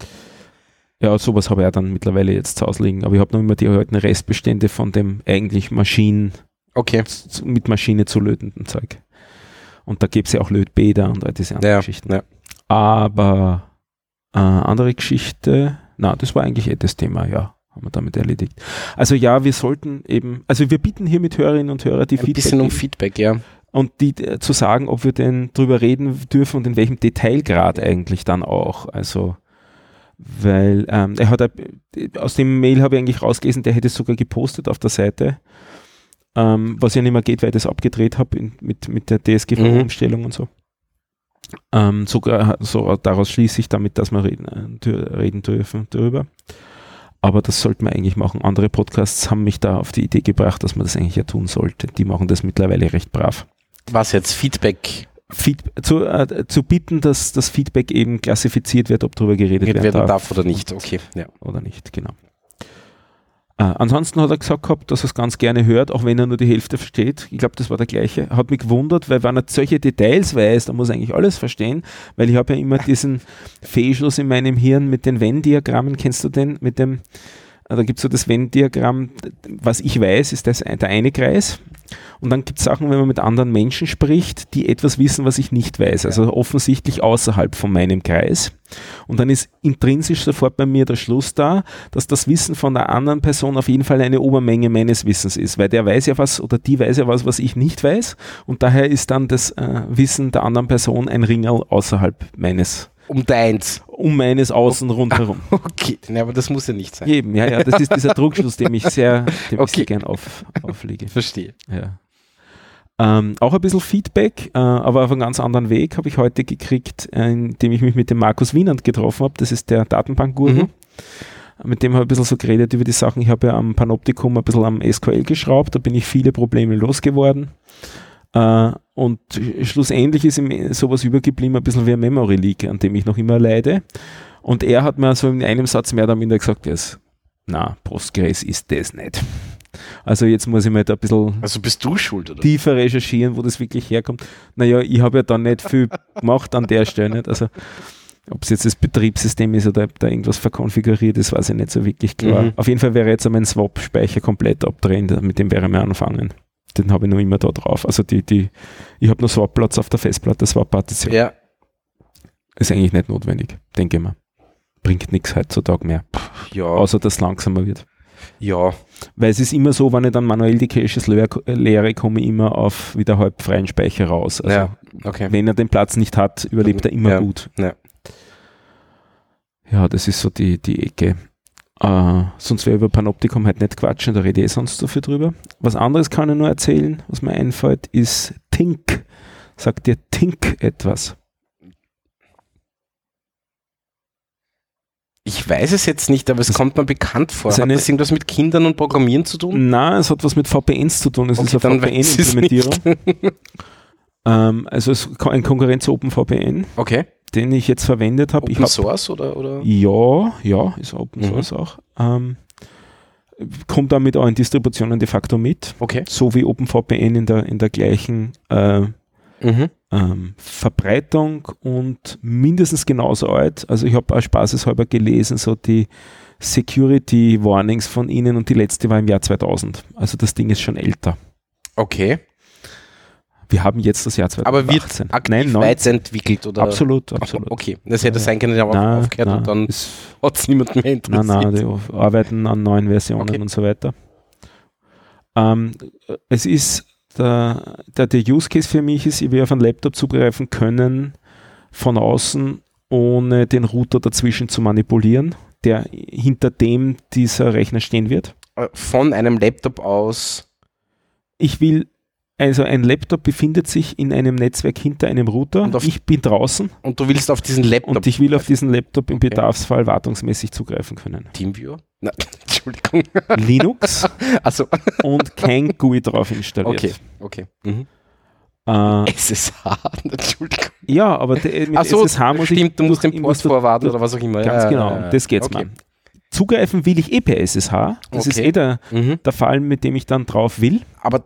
Ja, sowas habe ich ja dann mittlerweile jetzt zu Hause liegen. Aber ich habe noch immer die alten Restbestände von dem eigentlich Maschinen, Okay. z- mit Maschine zu lötenden Zeug. Und da gibt es ja auch Lötbäder und all diese anderen Ja, Geschichten. ja. Aber äh, andere Geschichte, na, das war eigentlich eh das Thema, ja, haben wir damit erledigt. Also ja, wir sollten eben, also wir bieten hier mit Hörerinnen und Hörern die Ein bisschen um geben Feedback, ja. und die äh, zu sagen, ob wir denn drüber reden dürfen und in welchem Detailgrad eigentlich dann auch. Also weil ähm, er hat, äh, aus dem Mail habe ich eigentlich rausgelesen, der hätte es sogar gepostet auf der Seite, ähm, was ja nicht mehr geht, weil ich das abgedreht habe in- mit, mit der D S G V-Umstellung und so. Ähm, sogar so daraus schließe ich damit, dass wir reden, äh, dür- reden dürfen darüber. Aber das sollten wir eigentlich machen. Andere Podcasts haben mich da auf die Idee gebracht, dass man das eigentlich ja tun sollte. Die machen das mittlerweile recht brav. Was jetzt? Feedback Feed, zu, äh, zu bitten, dass das Feedback eben klassifiziert wird, ob darüber geredet werden werden darf, darf oder nicht. Okay, ja. oder nicht, genau. Äh, ansonsten hat er gesagt gehabt, dass er es ganz gerne hört, auch wenn er nur die Hälfte versteht. Ich glaube, das war der gleiche. Hat mich gewundert, weil wenn er solche Details weiß, dann muss er eigentlich alles verstehen, weil ich habe ja immer diesen Fehlschluss in meinem Hirn mit den Venn-Diagrammen. Kennst du den? Mit dem, äh, da gibt es so das Venn-Diagramm, was ich weiß, ist das der eine Kreis. Und dann gibt es Sachen, wenn man mit anderen Menschen spricht, die etwas wissen, was ich nicht weiß. Also offensichtlich außerhalb von meinem Kreis. Und dann ist intrinsisch sofort bei mir der Schluss da, dass das Wissen von der anderen Person auf jeden Fall eine Obermenge meines Wissens ist. Weil der weiß ja was oder die weiß ja was, was ich nicht weiß. Und daher ist dann das äh, Wissen der anderen Person ein Ringerl außerhalb meines, Um deins. um meines Außen rundherum. Okay, ne, aber das muss ja nicht sein. Eben, ja, ja, das ist dieser Druckschluss, dem ich sehr, dem ich Okay. sehr gern auf, auflege. Verstehe. Ja. Ähm, auch ein bisschen Feedback, äh, aber auf einen ganz anderen Weg habe ich heute gekriegt, äh, indem ich mich mit dem Markus Wienand getroffen habe. Das ist der Datenbankguru. Mhm. Mit dem habe ich ein bisschen so geredet über die Sachen. Ich habe ja am Panoptikum ein bisschen am S Q L geschraubt, da bin ich viele Probleme losgeworden. Äh, und schlussendlich ist ihm sowas übergeblieben, ein bisschen wie ein Memory Leak, an dem ich noch immer leide. Und er hat mir so in einem Satz mehr oder minder gesagt, yes, na, Postgres ist das nicht. Also jetzt muss ich mal da ein bisschen Also bist du schuld, oder? tiefer recherchieren, wo das wirklich herkommt. Naja, ich habe ja da nicht viel gemacht an der Stelle. Nicht? Also ob es jetzt das Betriebssystem ist oder ob da irgendwas verkonfiguriert ist, weiß ich nicht so wirklich klar. Mhm. Auf jeden Fall wäre jetzt mein Swap-Speicher komplett abdrehen, mit dem wäre mir anfangen. Den habe ich noch immer da drauf. Also die, die, ich habe noch Swap-Platz auf der Festplatte, Swap-Partition. Ja. Ist eigentlich nicht notwendig, denke ich mal. Bringt nichts heutzutage mehr, Ja. außer dass es langsamer wird. Ja. Weil es ist immer so, wenn ich dann manuell die Caches leer, leere, komme ich immer auf wieder halb freien Speicher raus. Also Ja. Okay. wenn er den Platz nicht hat, überlebt er immer Ja. gut. Ja. Ja, das ist so die, die Ecke. Äh, sonst wäre über Panoptikum halt nicht quatschen, da rede ich eh sonst so viel drüber. Was anderes kann ich nur erzählen, was mir einfällt, ist Tink. Sagt dir Tink etwas? Ich weiß es jetzt nicht, aber es Das- kommt mir bekannt vor. das ist Hat eine- das irgendwas mit Kindern und Programmieren zu tun? Nein, es hat was mit V P Ns zu tun. Es Okay, ist dann eine weiß ich's V P N-Implementierung. ähm, also es ist ein Konkurrent zu OpenVPN, Okay. den ich jetzt verwendet habe. Ich Open hab, Source oder? oder? Ja, ja, ist Open Mhm. Source auch. Ähm, kommt damit auch in Distributionen de facto mit, Okay. so wie OpenVPN in der, in der gleichen äh, Mhm. Ähm, Verbreitung und mindestens genauso alt. Also ich habe auch spaßeshalber gelesen, so die Security Warnings von ihnen und die letzte war im Jahr zweitausend. Also das Ding ist schon älter. Okay. Wir haben jetzt das Jahr zweitausendachtzehn. Aber wird aktiv Nein, weiterentwickelt? Oder? Absolut, absolut. Okay, das hätte sein können, der Nein, aufgehört nein, und dann es- hat es niemand mehr interessiert. Nein, nein, die arbeiten an neuen Versionen Okay. und so weiter. Ähm, es ist der, der, der Use Case für mich ist, ich will auf einen Laptop zugreifen können von außen, ohne den Router dazwischen zu manipulieren, der hinter dem dieser Rechner stehen wird. Von einem Laptop aus. Ich will, also ein Laptop befindet sich in einem Netzwerk hinter einem Router. Und auf- Ich bin draußen Und du willst auf diesen Laptop. und ich will auf diesen Laptop im Okay. Bedarfsfall wartungsmäßig zugreifen können. Teamviewer? Nein, Entschuldigung. Linux Also, und kein G U I drauf installiert. okay, okay. Mhm. Äh, S S H, Entschuldigung. ja, aber de, mit Ach so, S S H muss ich... stimmt, du musst den ich Port muss da- vorwarten oder was auch immer. Ganz Ja, genau, ja, ja. das geht's Okay. mal. Zugreifen will ich eh per S S H. Das ist Okay. eh der, Mhm. der Fall, mit dem ich dann drauf will. Aber,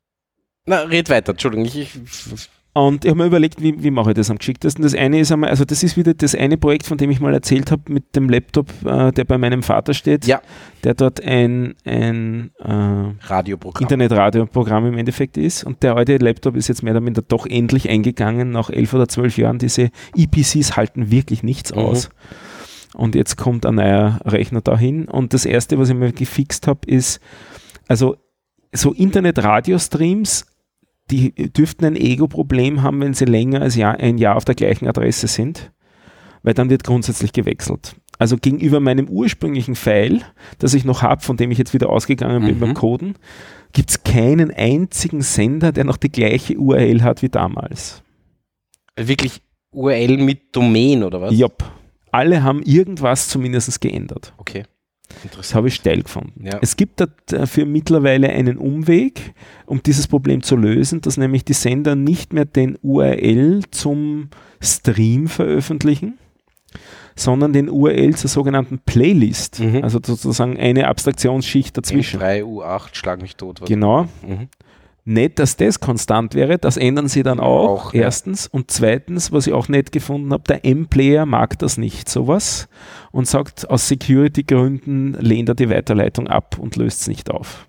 na, red weiter, Entschuldigung. Ich, ich, Und ich habe mir überlegt, wie, wie mache ich das am geschicktesten. Das eine ist einmal, also das ist wieder das eine Projekt, von dem ich mal erzählt habe, mit dem Laptop, äh, der bei meinem Vater steht, ja, der dort ein, ein äh, Radioprogramm. Internetradioprogramm im Endeffekt ist. Und der alte Laptop ist jetzt mehr oder minder doch endlich eingegangen, nach elf oder zwölf Jahren. Diese E P Cs halten wirklich nichts Mhm. aus. Und jetzt kommt ein neuer Rechner dahin. Und das erste, was ich mir gefixt habe, ist, also so Internet-Radio-Streams, die dürften ein Ego-Problem haben, wenn sie länger als Jahr, ein Jahr auf der gleichen Adresse sind, weil dann wird grundsätzlich gewechselt. Also gegenüber meinem ursprünglichen File, das ich noch habe, von dem ich jetzt wieder ausgegangen bin Mhm. beim Coden, gibt es keinen einzigen Sender, der noch die gleiche U R L hat wie damals. Wirklich U R L mit Domain oder was? Jopp. Alle haben irgendwas zumindest geändert. Okay, Das interessant. habe ich steil gefunden. Ja. Es gibt dafür mittlerweile einen Umweg, um dieses Problem zu lösen, dass nämlich die Sender nicht mehr den U R L zum Stream veröffentlichen, sondern den U R L zur sogenannten Playlist, Mhm. also sozusagen eine Abstraktionsschicht dazwischen. M drei U acht, schlag mich tot. Was Genau. Mhm. Nicht, dass das konstant wäre, das ändern sie dann auch, Auch, ja. erstens. Und zweitens, was ich auch nett gefunden habe, der M-Player mag das nicht, sowas, und sagt, aus Security-Gründen lehnt er die Weiterleitung ab und löst es nicht auf.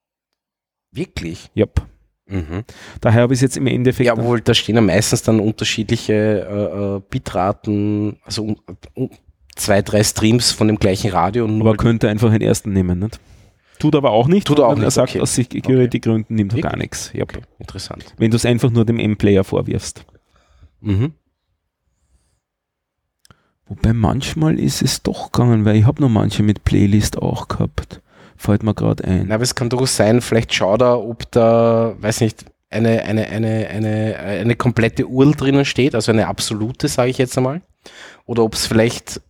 Wirklich? Yep. Mhm. Daher habe ich es jetzt im Endeffekt... Ja, wohl, da stehen ja meistens dann unterschiedliche äh, äh, Bitraten, also um, um, zwei, drei Streams von dem gleichen Radio. Und aber nur könnte einfach den ersten nehmen, nicht? Tut aber auch nicht. Tut er auch sondern Er nicht, sagt, okay. aus Security-Gründen nimmt er Wirklich? gar nichts. Yep. okay, interessant. Wenn du es einfach nur dem M-Player vorwirfst. Mhm. Wobei manchmal ist es doch gegangen, weil ich habe noch manche mit Playlist auch gehabt. Fällt mir gerade ein. Na, aber es kann durchaus sein, vielleicht schaut er, ob da, weiß nicht, eine, eine, eine, eine, eine komplette U R L drinnen steht, also eine absolute, sage ich jetzt einmal. Oder ob es vielleicht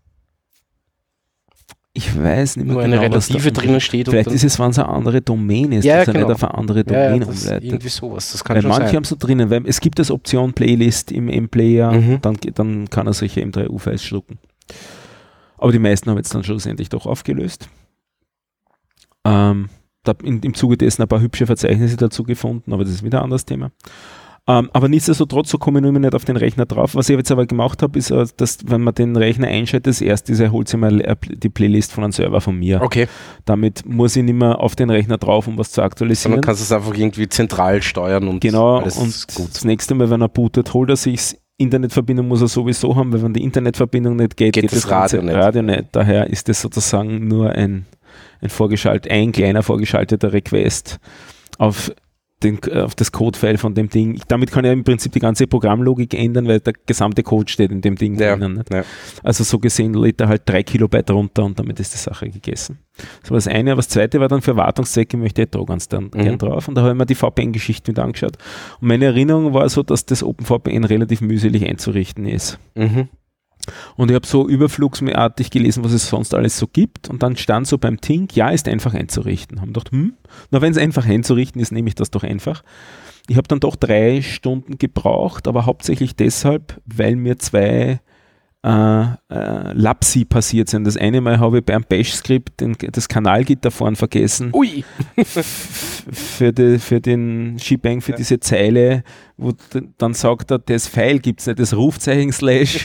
Ich weiß nicht mehr nur genau, eine was da relative drin drinnen steht. und Vielleicht dann- ist es, wenn es eine andere Domain ist, Ja, dass er genau. nicht auf eine andere ja, ja, Domain das umleitet. irgendwie sowas, das kann Weil schon manche sein. haben es so drinnen, weil es gibt das Option Playlist im M-Player, Mhm. dann, dann kann er solche M drei U-Files schlucken. Aber die meisten haben jetzt dann schlussendlich doch aufgelöst. Ähm, da in, im Zuge dessen ein paar hübsche Verzeichnisse dazu gefunden, aber das ist wieder ein anderes Thema. Ähm, aber nichtsdestotrotz, so komme ich nur nicht auf den Rechner drauf. Was ich jetzt aber gemacht habe, ist, äh, dass wenn man den Rechner einschaltet, das erste ist, er holt sich mal äh, die Playlist von einem Server von mir. Okay, Damit muss ich nicht mehr auf den Rechner drauf, um was zu aktualisieren. sondern kannst du es einfach irgendwie zentral steuern und Genau, alles und ist gut. das nächste Mal, wenn er bootet, holt er sich Internetverbindung muss er sowieso haben, weil wenn die Internetverbindung nicht geht, Geht geht, das das ganze Radio nicht. Radio nicht. Daher ist das sozusagen nur ein, ein vorgeschalt, ein kleiner vorgeschalteter Request auf, den, auf das Codefile von dem Ding. Damit kann er im Prinzip die ganze Programmlogik ändern, weil der gesamte Code steht in dem Ding Ja, drinnen. Nicht? ja. Also so gesehen lädt er halt drei Kilobyte runter und damit ist die Sache gegessen. Das war das eine. Aber das zweite war dann für Wartungszwecke, möchte ich da ganz gern, Mhm. gern drauf. Und da habe ich mir die V P N-Geschichten wieder angeschaut. Und meine Erinnerung war so, dass das OpenVPN relativ mühselig einzurichten ist. Mhm. Und ich habe so überflugsartig gelesen, was es sonst alles so gibt. Und dann stand so beim Tink, ja, ist einfach einzurichten. Haben gedacht, hm, na, wenn es einfach einzurichten ist, nehme ich das doch einfach. Ich habe dann doch drei Stunden gebraucht, aber hauptsächlich deshalb, weil mir zwei äh, äh, Lapsi passiert sind. Das eine Mal habe ich beim Bash-Skript das Kanalgitter vorn vergessen. Ui! für, die, für den Shebang, für ja. diese Zeile, wo d- dann sagt er, das Pfeil gibt es nicht, das Rufzeichen Slash.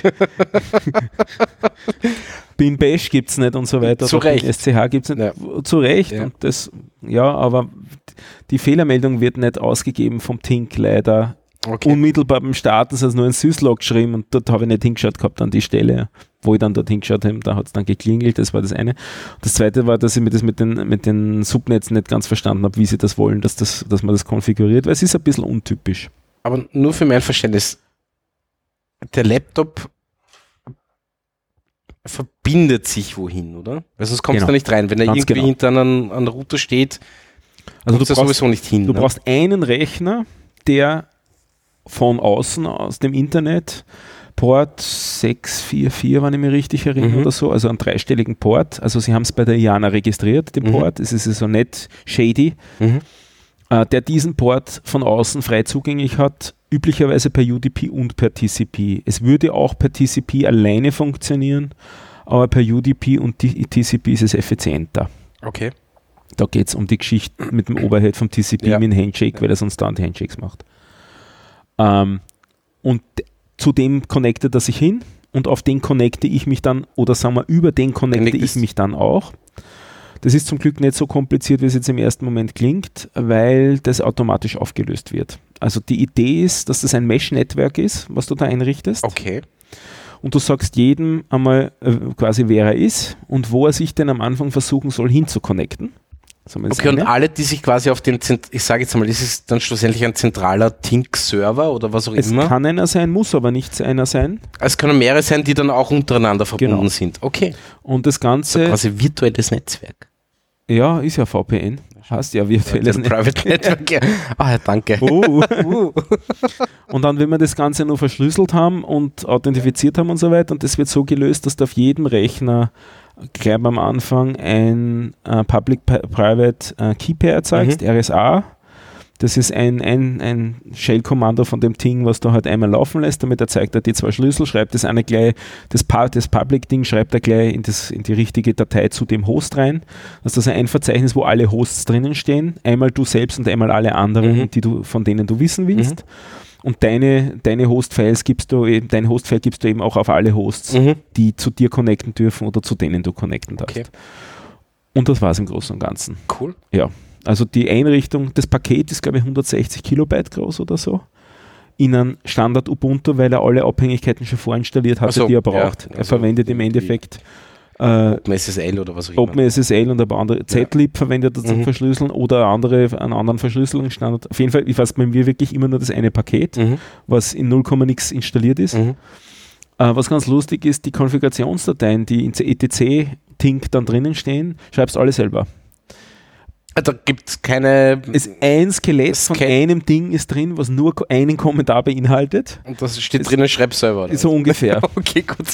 Bin Bash gibt es nicht und so weiter. Zu Recht. S C H gibt es nicht. Ja. Zu Recht. Ja. Und das, ja, aber die Fehlermeldung wird nicht ausgegeben vom Tink leider. Okay. Unmittelbar beim Starten ist es nur ein Syslog geschrieben und dort habe ich nicht hingeschaut gehabt an die Stelle, wo ich dann dort hingeschaut habe, da hat es dann geklingelt, das war das eine. Das zweite war, dass ich mir das mit den, mit den Subnetzen nicht ganz verstanden habe, wie sie das wollen, dass, das, dass man das konfiguriert, weil es ist ein bisschen untypisch. Aber nur für mein Verständnis, der Laptop verbindet sich wohin, oder? Weil sonst kommst du genau. da nicht rein. Wenn er Ganz irgendwie genau. hinter einem, einem Router steht, also du da sowieso nicht hin. Du ne? brauchst einen Rechner, der von außen, aus dem Internet, Port sechs vier vier, wenn ich mich richtig erinnere mhm. oder so, also einen dreistelligen Port. Also sie haben es bei der I A N A registriert, den mhm. Port. Es ist so nicht shady. Mhm. Äh, der diesen Port von außen frei zugänglich hat, üblicherweise per U D P und per T C P. Es würde auch per T C P alleine funktionieren, aber per U D P und T C P ist es effizienter. Okay. Da geht es um die Geschichte mit dem Overhead vom T C P ja. mit dem Handshake, ja. weil er sonst dauernd Handshakes macht. Ähm, und zu dem connectet er sich hin und auf den connecte ich mich dann, oder sagen wir, über den connecte ich mich dann auch. Das ist zum Glück nicht so kompliziert, wie es jetzt im ersten Moment klingt, weil das automatisch aufgelöst wird. Also die Idee ist, dass das ein Mesh-Netzwerk ist, was du da einrichtest. Okay. Und du sagst jedem einmal äh, quasi, wer er ist und wo er sich denn am Anfang versuchen soll, hinzuconnecten. Okay, und alle, die sich quasi auf den, ich sage jetzt mal, das ist dann schlussendlich ein zentraler Tink-Server oder was auch es immer? Es kann einer sein, muss aber nicht einer sein. Es können mehrere sein, die dann auch untereinander verbunden genau. sind. Okay. Und das Ganze... Also quasi virtuelles Netzwerk. Ja, ist ja V P N. Heißt ja virtuelles Netzwerk. Private Network, ja. Ah, ja, danke. Uh, uh. Und dann, wenn wir das Ganze nur verschlüsselt haben und authentifiziert haben und so weiter, und das wird so gelöst, dass du auf jedem Rechner gleich am Anfang ein äh, Public-Private äh, Key Pair erzeugst, mhm. R S A. Das ist ein, ein, ein Shell-Kommando von dem Ding, was du halt einmal laufen lässt, damit erzeugt er die zwei Schlüssel, schreibt das eine gleich, das, das Public-Ding schreibt er gleich in, das, in die richtige Datei zu dem Host rein. Das ist ein Verzeichnis, wo alle Hosts drinnen stehen, einmal du selbst und einmal alle anderen, mhm. die du, von denen du wissen willst. Mhm. Und deine, deine Host-Files gibst du eben, dein Host-File gibst du eben auch auf alle Hosts, mhm. die zu dir connecten dürfen oder zu denen du connecten darfst. Okay. Und das war es im Großen und Ganzen. Cool. Ja. Also die Einrichtung, das Paket ist glaube ich hundertsechzig Kilobyte groß oder so. In einem Standard Ubuntu, weil er alle Abhängigkeiten schon vorinstalliert hatte, so, die er braucht. Ja, er also verwendet im Endeffekt äh, OpenSSL oder was auch immer. OpenSSL und ein paar andere. Ja. Z-Lib verwendet er zum mhm. Verschlüsseln oder andere, einen anderen Verschlüsselungsstandard. Auf jeden Fall, ich weiß bei mir wirklich immer nur das eine Paket, mhm. was in null Komma nix installiert ist. Mhm. Äh, was ganz lustig ist, die Konfigurationsdateien, die in E T C-Tink dann drinnen stehen, schreibst alle selber. Da gibt es keine... Es ein Skelett von einem Ding ist drin, was nur einen Kommentar beinhaltet. Und das steht es drinnen, schreib selber. So ungefähr. Okay, gut.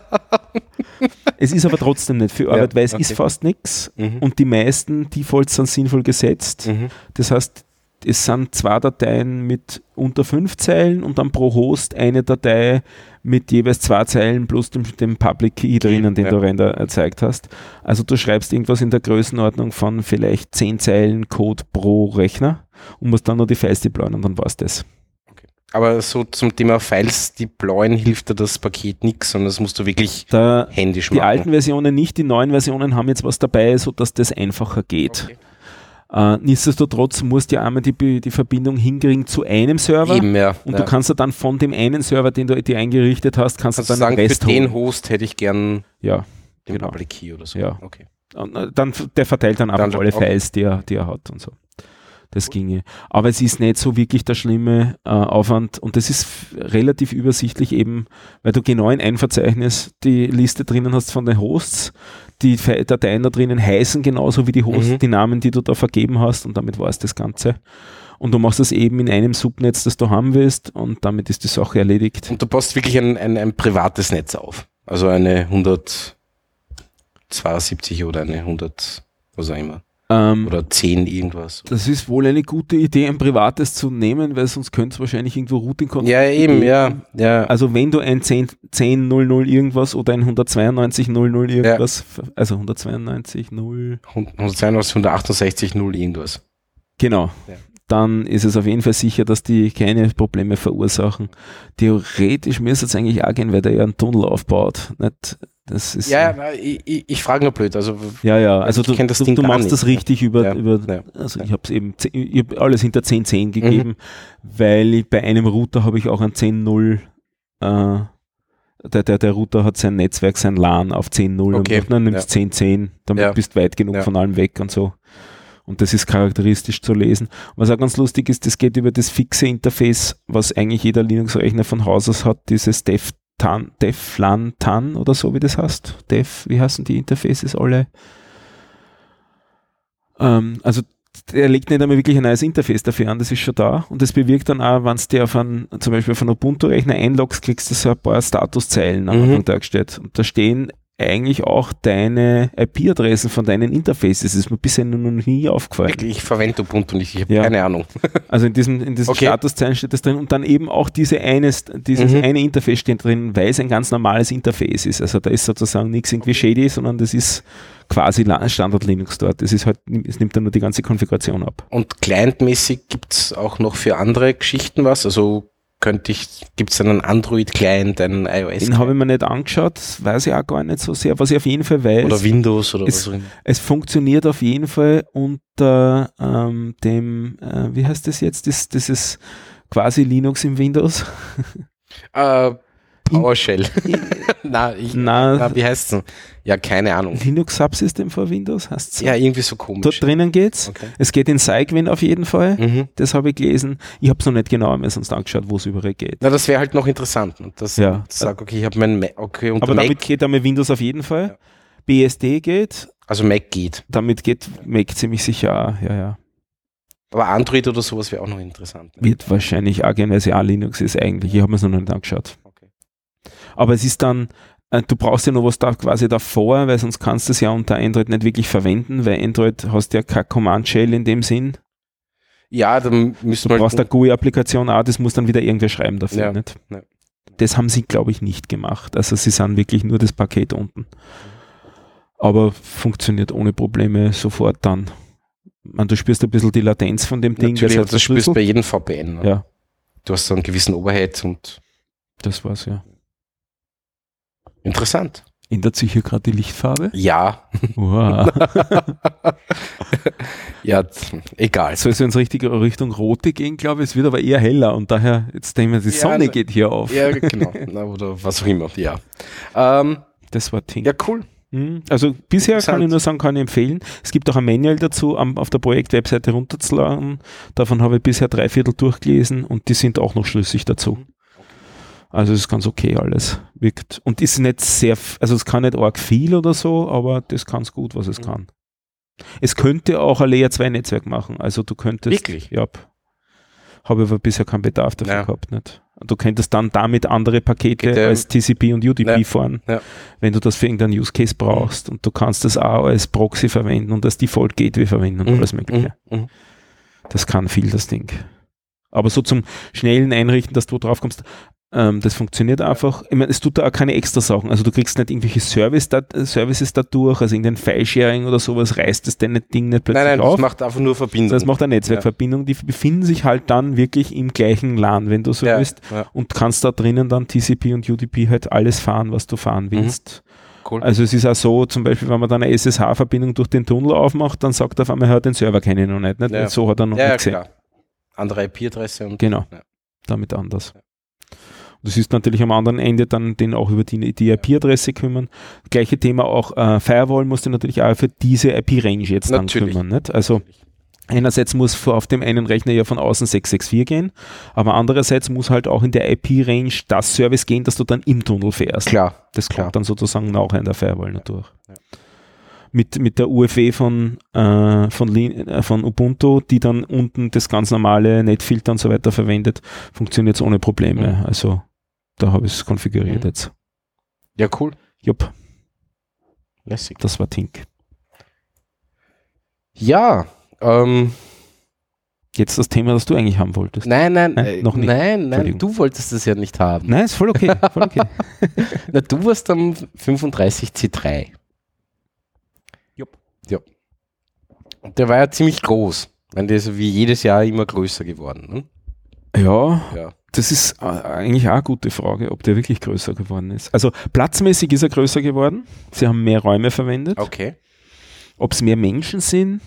Es ist aber trotzdem nicht viel Arbeit, ja, weil es okay. ist fast nichts mhm. und die meisten Defaults sind sinnvoll gesetzt. Mhm. Das heißt, es sind zwei Dateien mit unter fünf Zeilen und dann pro Host eine Datei mit jeweils zwei Zeilen plus dem, dem Public Key drinnen, den ja. du rein da erzeugt hast. Also du schreibst irgendwas in der Größenordnung von vielleicht zehn Zeilen Code pro Rechner und musst dann nur die Files deployen und dann war es das. Okay. Aber so zum Thema Files deployen hilft dir das Paket nichts, sondern das musst du wirklich da händisch machen. Die alten Versionen nicht, die neuen Versionen haben jetzt was dabei, sodass das einfacher geht. Okay. Uh, nichtsdestotrotz musst du ja einmal die, die Verbindung hinkriegen zu einem Server. Eben, ja, und ja. du kannst ja dann von dem einen Server, den du dir eingerichtet hast, kannst, kannst du dann sagen, den Rest für holen. Den Host hätte ich gern ja, den genau. Public Key oder so. Ja. Okay. Und, uh, dann, der verteilt dann einfach dann, alle okay. Files, die er, die er hat und so. Das Gut. ginge. Aber es ist nicht so wirklich der schlimme äh, Aufwand und das ist f- relativ übersichtlich eben, weil du genau in ein Verzeichnis die Liste drinnen hast von den Hosts. Die Dateien da drinnen heißen genauso wie die Hosts, mhm. die Namen, die du da vergeben hast und damit war es das Ganze. Und du machst das eben in einem Subnetz, das du haben willst und damit ist die Sache erledigt. Und du baust wirklich ein, ein, ein privates Netz auf. Also eine hundertzweiundsiebzig oder eine hundert, was auch immer. Ähm, Oder zehn irgendwas. Das ist wohl eine gute Idee, ein privates zu nehmen, weil sonst könnte es wahrscheinlich irgendwo Routing-Konflikte Ja, eben, geben. ja, ja. Also wenn du ein zehn null null irgendwas oder ein hundertzweiundneunzig null null irgendwas, ja. also hundertzweiundneunzig null hundertzweiundneunzig, hundertachtundsechzig null irgendwas. Genau. Ja. Dann ist es auf jeden Fall sicher, dass die keine Probleme verursachen. Theoretisch müsste es eigentlich auch gehen, weil der ja einen Tunnel aufbaut. Nicht, das ist ja, so. ja, ich, ich, ich frage nur blöd. Also, ja, ja, also du, das du, Ding du machst nicht, das richtig ja. über, ja. über ja. also ja. ich habe es eben, ich habe alles hinter zehn zehn gegeben, mhm. weil ich, bei einem Router habe ich auch ein zehn null, äh, der, der, der Router hat sein Netzwerk, sein LAN auf zehn null okay. und dann nimmst du ja. zehn zehn, damit ja. bist du weit genug ja. von allem weg und so. Und das ist charakteristisch zu lesen. Was auch ganz lustig ist, das geht über das fixe Interface, was eigentlich jeder Linux-Rechner von Haus aus hat, dieses Dev Tan, Dev LAN Tan oder so, wie das heißt. Dev, wie heißen die Interfaces alle? Ähm, also er legt nicht einmal wirklich ein neues Interface dafür an, das ist schon da. Und das bewirkt dann auch, wenn du dir auf einen, zum Beispiel auf einen Ubuntu-Rechner einloggst, kriegst du so ein paar Statuszeilen am Anfang mhm. dargestellt. Und da stehen eigentlich auch deine I P-Adressen von deinen Interfaces. Das ist mir bisher noch nie aufgefallen. Ich verwende Ubuntu nicht, ich habe ja. keine Ahnung. Also in diesem, in diesem okay. Statuszeilen steht das drin und dann eben auch diese eines, dieses mhm. eine Interface steht drin, weil es ein ganz normales Interface ist. Also da ist sozusagen nichts irgendwie shady, sondern das ist quasi Standard Linux dort. Das ist halt, es nimmt dann nur die ganze Konfiguration ab. Und clientmäßig gibt es auch noch für andere Geschichten was? Also könnte ich, gibt es einen Android-Client, einen iOS-Client? Den habe ich mir nicht angeschaut, das weiß ich auch gar nicht so sehr. Was ich auf jeden Fall weiß. Oder Windows oder es, was auch immer. Es funktioniert auf jeden Fall unter ähm, dem, äh, wie heißt das jetzt? Das, das ist quasi Linux im Windows. Äh, PowerShell. na, ich, na, na, wie heißt es denn? Ja, keine Ahnung. Linux Subsystem for Windows heißt es. Ja, irgendwie so komisch. Dort drinnen geht's. Okay. Es geht in Cygwin auf jeden Fall. Mhm. Das habe ich gelesen. Ich habe es noch nicht genau mir sonst angeschaut, wo es überall geht. Na, das wäre halt noch interessant. Und das ja. sag, okay, ich habe mein Mac. Okay, aber Mac. Damit geht einmal Windows auf jeden Fall. Ja. B S D geht. Also Mac geht. Damit geht Mac ziemlich sicher auch. Ja, ja. Aber Android oder sowas wäre auch noch interessant. Ne? Wird wahrscheinlich auch gehen, weil es ja auch Linux ist eigentlich. Ich habe mir es noch nicht angeschaut. Okay. Aber es ist dann, äh, du brauchst ja noch was da quasi davor, weil sonst kannst du es ja unter Android nicht wirklich verwenden, weil Android hast ja keine Command-Shell in dem Sinn. Ja, dann müssen wir. Du brauchst eine G U I-Applikation auch, das muss dann wieder irgendwer schreiben dafür. Ja. Nicht? Ja. Das haben sie, glaube ich, nicht gemacht. Also sie sind wirklich nur das Paket unten. Aber funktioniert ohne Probleme sofort dann. Man, du spürst ein bisschen die Latenz von dem Ding. Natürlich, das, das spürst du bei jedem V P N. Ne? Ja. Du hast so einen gewissen Overhead und das war's, ja. Interessant. Ändert sich hier gerade die Lichtfarbe? Ja. Wow. ja, egal. Soll es in richtige Richtung rote gehen, glaube ich. Es wird aber eher heller und daher, jetzt denken wir, die ja, Sonne geht hier auf. Ja, genau. Na, oder was auch immer, ja. Ähm, das war Ting. Ja, cool. Also bisher kann ich nur sagen, kann ich empfehlen. Es gibt auch ein Manual dazu um, auf der Projekt-Webseite runterzuladen. Davon habe ich bisher drei Viertel durchgelesen und die sind auch noch schlüssig dazu. Also es ist ganz okay alles. Wirkt. Und ist nicht sehr, also es kann nicht arg viel oder so, aber das kann es gut, was es mhm. kann. Es könnte auch ein Layer zwei Netzwerk machen. Also du könntest. Wirklich? Ja. Habe aber bisher keinen Bedarf dafür ja. gehabt. Nicht. Du könntest dann damit andere Pakete Geht als T C P und U D P ja. fahren, ja. wenn du das für irgendeinen Use Case brauchst. Mhm. Und du kannst das auch als Proxy verwenden und als Default Gateway verwenden und mhm. alles Mögliche. Mhm. Das kann viel, das Ding. Aber so zum schnellen Einrichten, dass du drauf kommst, ähm, das funktioniert einfach. Ich meine, es tut da auch keine extra Sachen. Also du kriegst nicht irgendwelche Service dat- Services dadurch, also irgendein File-Sharing oder sowas, reißt das dein Ding nicht plötzlich nein, nein, auf. Das macht einfach nur Verbindung. Das macht eine Netzwerkverbindung, die befinden sich halt dann wirklich im gleichen LAN, wenn du so ja, willst, ja. und kannst da drinnen dann T C P und U D P halt alles fahren, was du fahren willst. Mhm. Cool. Also es ist auch so, zum Beispiel, wenn man dann eine S S H-Verbindung durch den Tunnel aufmacht, dann sagt er auf einmal, er hat den Server kenne ich noch nicht. nicht? Ja. So hat er noch ja, nicht gesehen. Klar. Andere I P-Adresse und genau, ja. damit anders. Ja. Das ist natürlich am anderen Ende dann den auch über die, die I P-Adresse kümmern. Gleiche Thema auch, äh, Firewall musst du natürlich auch für diese I P-Range jetzt dann natürlich. kümmern. Nicht? Also einerseits muss vor, auf dem einen Rechner ja von außen sechs sechs vier gehen, aber andererseits muss halt auch in der I P-Range das Service gehen, dass du dann im Tunnel fährst. Klar. Das klar. kommt dann sozusagen nachher in der Firewall noch durch. Ja. Mit, mit der U F E von, äh, von, äh, von Ubuntu, die dann unten das ganz normale Netfilter und so weiter verwendet, funktioniert es ohne Probleme. Mhm. Also da habe ich es konfiguriert mhm. jetzt. Ja, cool. Jupp. Lässig. Das war Tink. Ja, ähm, Jetzt das Thema, das du eigentlich haben wolltest. nein, nein, Nein, äh, noch nicht. nein, nein, Entschuldigung. du wolltest das ja nicht haben. Nein, ist voll okay. Voll okay. Na, du warst am fünfunddreißig C drei. Jupp. Ja. Und der war ja ziemlich groß. Ich meine, der ist wie jedes Jahr immer größer geworden. Ne? Ja, Ja. das ist äh, eigentlich auch eine gute Frage, ob der wirklich größer geworden ist. Also platzmäßig ist er größer geworden. Sie haben mehr Räume verwendet. Okay. Ob es mehr Menschen sind?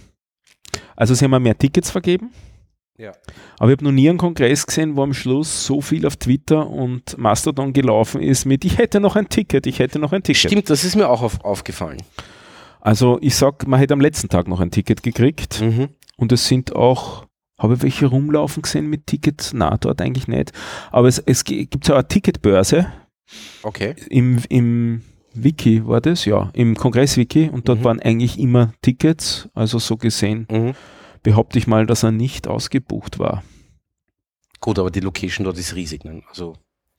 Also sie haben auch mehr Tickets vergeben. Ja. Aber ich habe noch nie einen Kongress gesehen, wo am Schluss so viel auf Twitter und Mastodon gelaufen ist mit ich hätte noch ein Ticket, ich hätte noch ein Ticket. Stimmt, das ist mir auch auf, aufgefallen. Also ich sag, man hätte am letzten Tag noch ein Ticket gekriegt Mhm. und es sind auch, habe ich welche rumlaufen gesehen mit Tickets? Na, dort eigentlich nicht. Aber es, es gibt so eine Ticketbörse Okay. im, im Wiki, war das? Ja, im Kongress-Wiki und dort Mhm. waren eigentlich immer Tickets, also so gesehen Mhm. behaupte ich mal, dass er nicht ausgebucht war. Gut, aber die Location dort ist riesig. Ne? Also,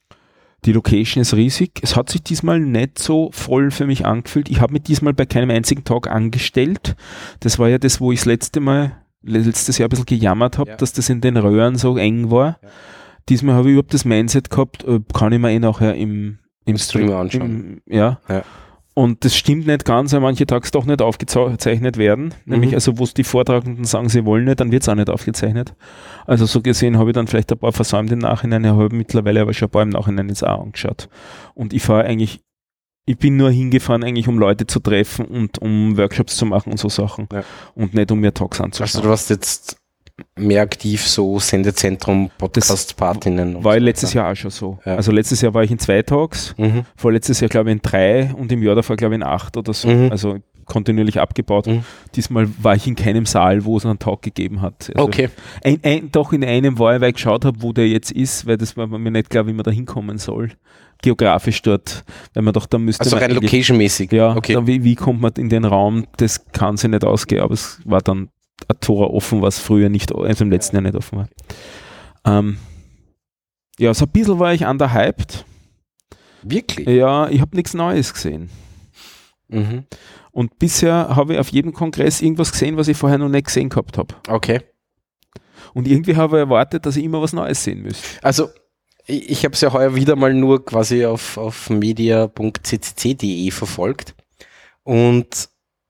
Die Location ist riesig. Es hat sich diesmal nicht so voll für mich angefühlt. Ich habe mich diesmal bei keinem einzigen Talk angestellt. Das war ja das, wo ich das letzte Mal, letztes Jahr ein bisschen gejammert habe, Ja. dass das in den Röhren so eng war. Ja. Diesmal habe ich überhaupt das Mindset gehabt, äh, kann ich mir eh nachher im, im Stream Stream anschauen. Im, ja. Ja. Und das stimmt nicht ganz, weil manche Tags doch nicht aufgezeichnet werden. Nämlich, Mhm. also wo es die Vortragenden sagen, sie wollen nicht, dann wird es auch nicht aufgezeichnet. Also so gesehen habe ich dann vielleicht ein paar versäumt im Nachhinein, ich habe mittlerweile aber schon ein paar im Nachhinein jetzt auch angeschaut. Und ich fahre eigentlich, ich bin nur hingefahren eigentlich, um Leute zu treffen und um Workshops zu machen und so Sachen. Ja. Und nicht um mir Talks also anzuschauen. du warst jetzt mehr aktiv, so Sendezentrum, Podcast-Partinnen. War ich letztes Jahr auch schon so. Ja. Also letztes Jahr war ich in zwei Talks, Mhm. vorletztes Jahr glaube ich in drei und im Jahr davor glaube ich in acht oder so. Mhm. Also kontinuierlich abgebaut. Mhm. Diesmal war ich in keinem Saal, wo es einen Talk gegeben hat. Also Okay. ein, ein, doch in einem war ich, weil ich geschaut habe, wo der jetzt ist, weil das war mir nicht klar, wie man da hinkommen soll. Geografisch dort, weil man doch, da müsste Also man rein eigentlich- location-mäßig. Ja, Okay. dann, wie, wie kommt man in den Raum, das kann sich nicht ausgehen, aber es war dann ein Tor offen, was früher nicht, also im letzten Jahr nicht offen war. Ähm, ja, so ein bisschen war ich underhyped. Wirklich? Ja, ich habe nichts Neues gesehen. Mhm. Und bisher habe ich auf jedem Kongress irgendwas gesehen, was ich vorher noch nicht gesehen gehabt habe. Okay. Und irgendwie habe ich erwartet, dass ich immer was Neues sehen müsste. Also, ich, ich habe es ja heuer wieder mal nur quasi auf, auf media punkt c c c punkt d e verfolgt. Und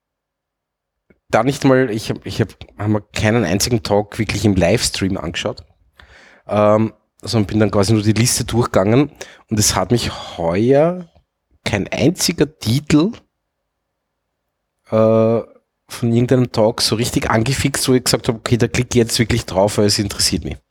da nicht mal, ich habe ich hab, hab mir keinen einzigen Talk wirklich im Livestream angeschaut. Ähm, sondern bin dann quasi nur die Liste durchgegangen. Und es hat mich heuer kein einziger Titel äh, von irgendeinem Talk so richtig angefixt, wo ich gesagt habe, okay, da klicke ich jetzt wirklich drauf, weil es interessiert mich.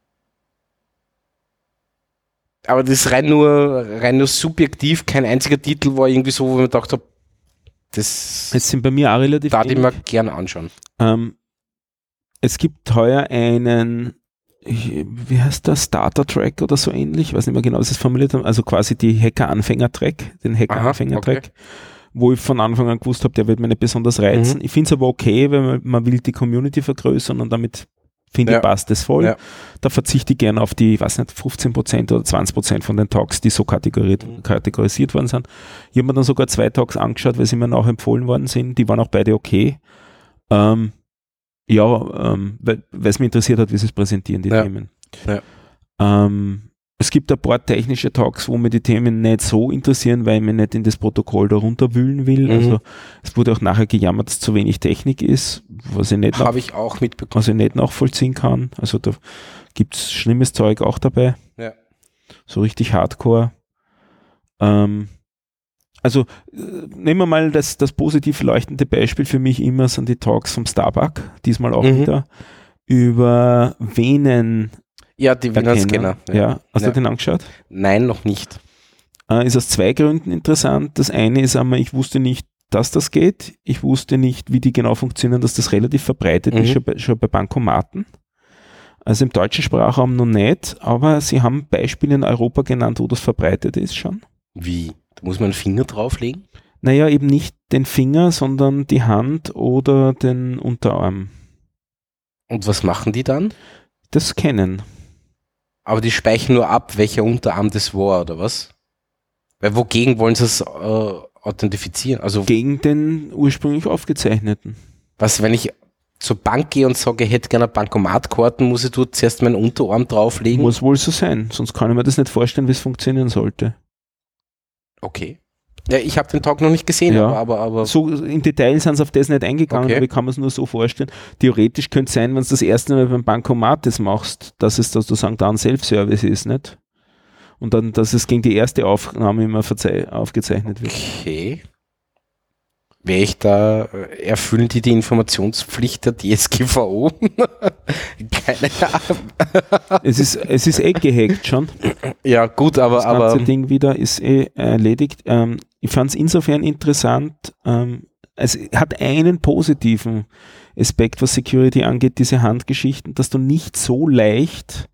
Aber das ist rein nur, rein nur subjektiv, kein einziger Titel war irgendwie so, wo ich mir gedacht habe, das Es sind bei mir auch relativ darf ich wenig. mir gerne anschauen. Ähm, es gibt heuer einen, ich- wie heißt der, Starter-Track oder so ähnlich, ich weiß nicht mehr genau, was es formuliert haben, also quasi die Hacker-Anfänger-Track, den Hacker-Anfänger-Track, okay. wo ich von Anfang an gewusst habe, der wird mir nicht besonders reizen. Mhm. Ich finde es aber okay, weil man, man will die Community vergrößern und damit finde Ja. ich, passt das voll. Ja. Da verzichte ich gerne auf die, ich weiß nicht, fünfzehn Prozent oder zwanzig Prozent von den Talks, die so kategorisiert, Mhm. kategorisiert worden sind. Ich habe mir dann sogar zwei Talks angeschaut, weil sie mir auch empfohlen worden sind. Die waren auch beide okay. Ähm, ja, ähm, weil es mich interessiert hat, wie sie es präsentieren, die Ja. Themen. Ja. Ähm, es gibt ein paar technische Talks, wo mir die Themen nicht so interessieren, weil ich mir nicht in das Protokoll da runterwühlen will. Mhm. Also es wurde auch nachher gejammert, dass zu wenig Technik ist, was ich nicht, nach, Habe ich auch mitbekommen. was ich nicht nachvollziehen kann. Also da gibt es schlimmes Zeug auch dabei. Ja. So richtig Hardcore. Ähm, also äh, nehmen wir mal das, das positiv leuchtende Beispiel für mich immer sind die Talks vom Starbuck, diesmal auch Mhm. wieder, über Venen. Ja, die Wiener-Scanner. Ja. Hast Ja. du den angeschaut? Nein, noch nicht. Äh, ist aus zwei Gründen interessant. Das eine ist einmal, ich wusste nicht, dass das geht. Ich wusste nicht, wie die genau funktionieren, dass das relativ verbreitet Mhm. ist, schon bei, schon bei Bankomaten. Also im deutschen Sprachraum noch nicht, aber sie haben Beispiele in Europa genannt, wo das verbreitet ist schon. Wie? Da muss man einen Finger drauflegen? Naja, eben nicht den Finger, sondern die Hand oder den Unterarm. Und was machen die dann? Das Scannen. Aber die speichern nur ab, welcher Unterarm das war, oder was? Weil wogegen wollen sie es äh, authentifizieren? Also Gegen den ursprünglich aufgezeichneten. was, wenn ich zur Bank gehe und sage, ich hätte gerne Bankomatkarten, muss ich dort zuerst meinen Unterarm drauflegen? Muss wohl so sein, sonst kann ich mir das nicht vorstellen, wie es funktionieren sollte. Okay. Ja, ich habe den Tag noch nicht gesehen, Ja. aber, aber, aber So im Detail sind sie auf das nicht eingegangen, Okay. aber ich kann mir es nur so vorstellen. Theoretisch könnte es sein, wenn du das erste Mal beim Bankomat das machst, dass es sozusagen dann Self-Service ist, nicht? Und dann, dass es gegen die erste Aufnahme immer verzei- aufgezeichnet wird. okay. Wäre ich da, äh, erfüllen die die Informationspflicht der D S G V O? Keine Ahnung. Es ist, es ist eh gehackt schon. Ja, gut, aber, Das ganze aber Ding wieder ist eh erledigt. Ähm, ich fand es insofern interessant, ähm, es hat einen positiven Aspekt, was Security angeht, diese Handgeschichten, dass du nicht so leicht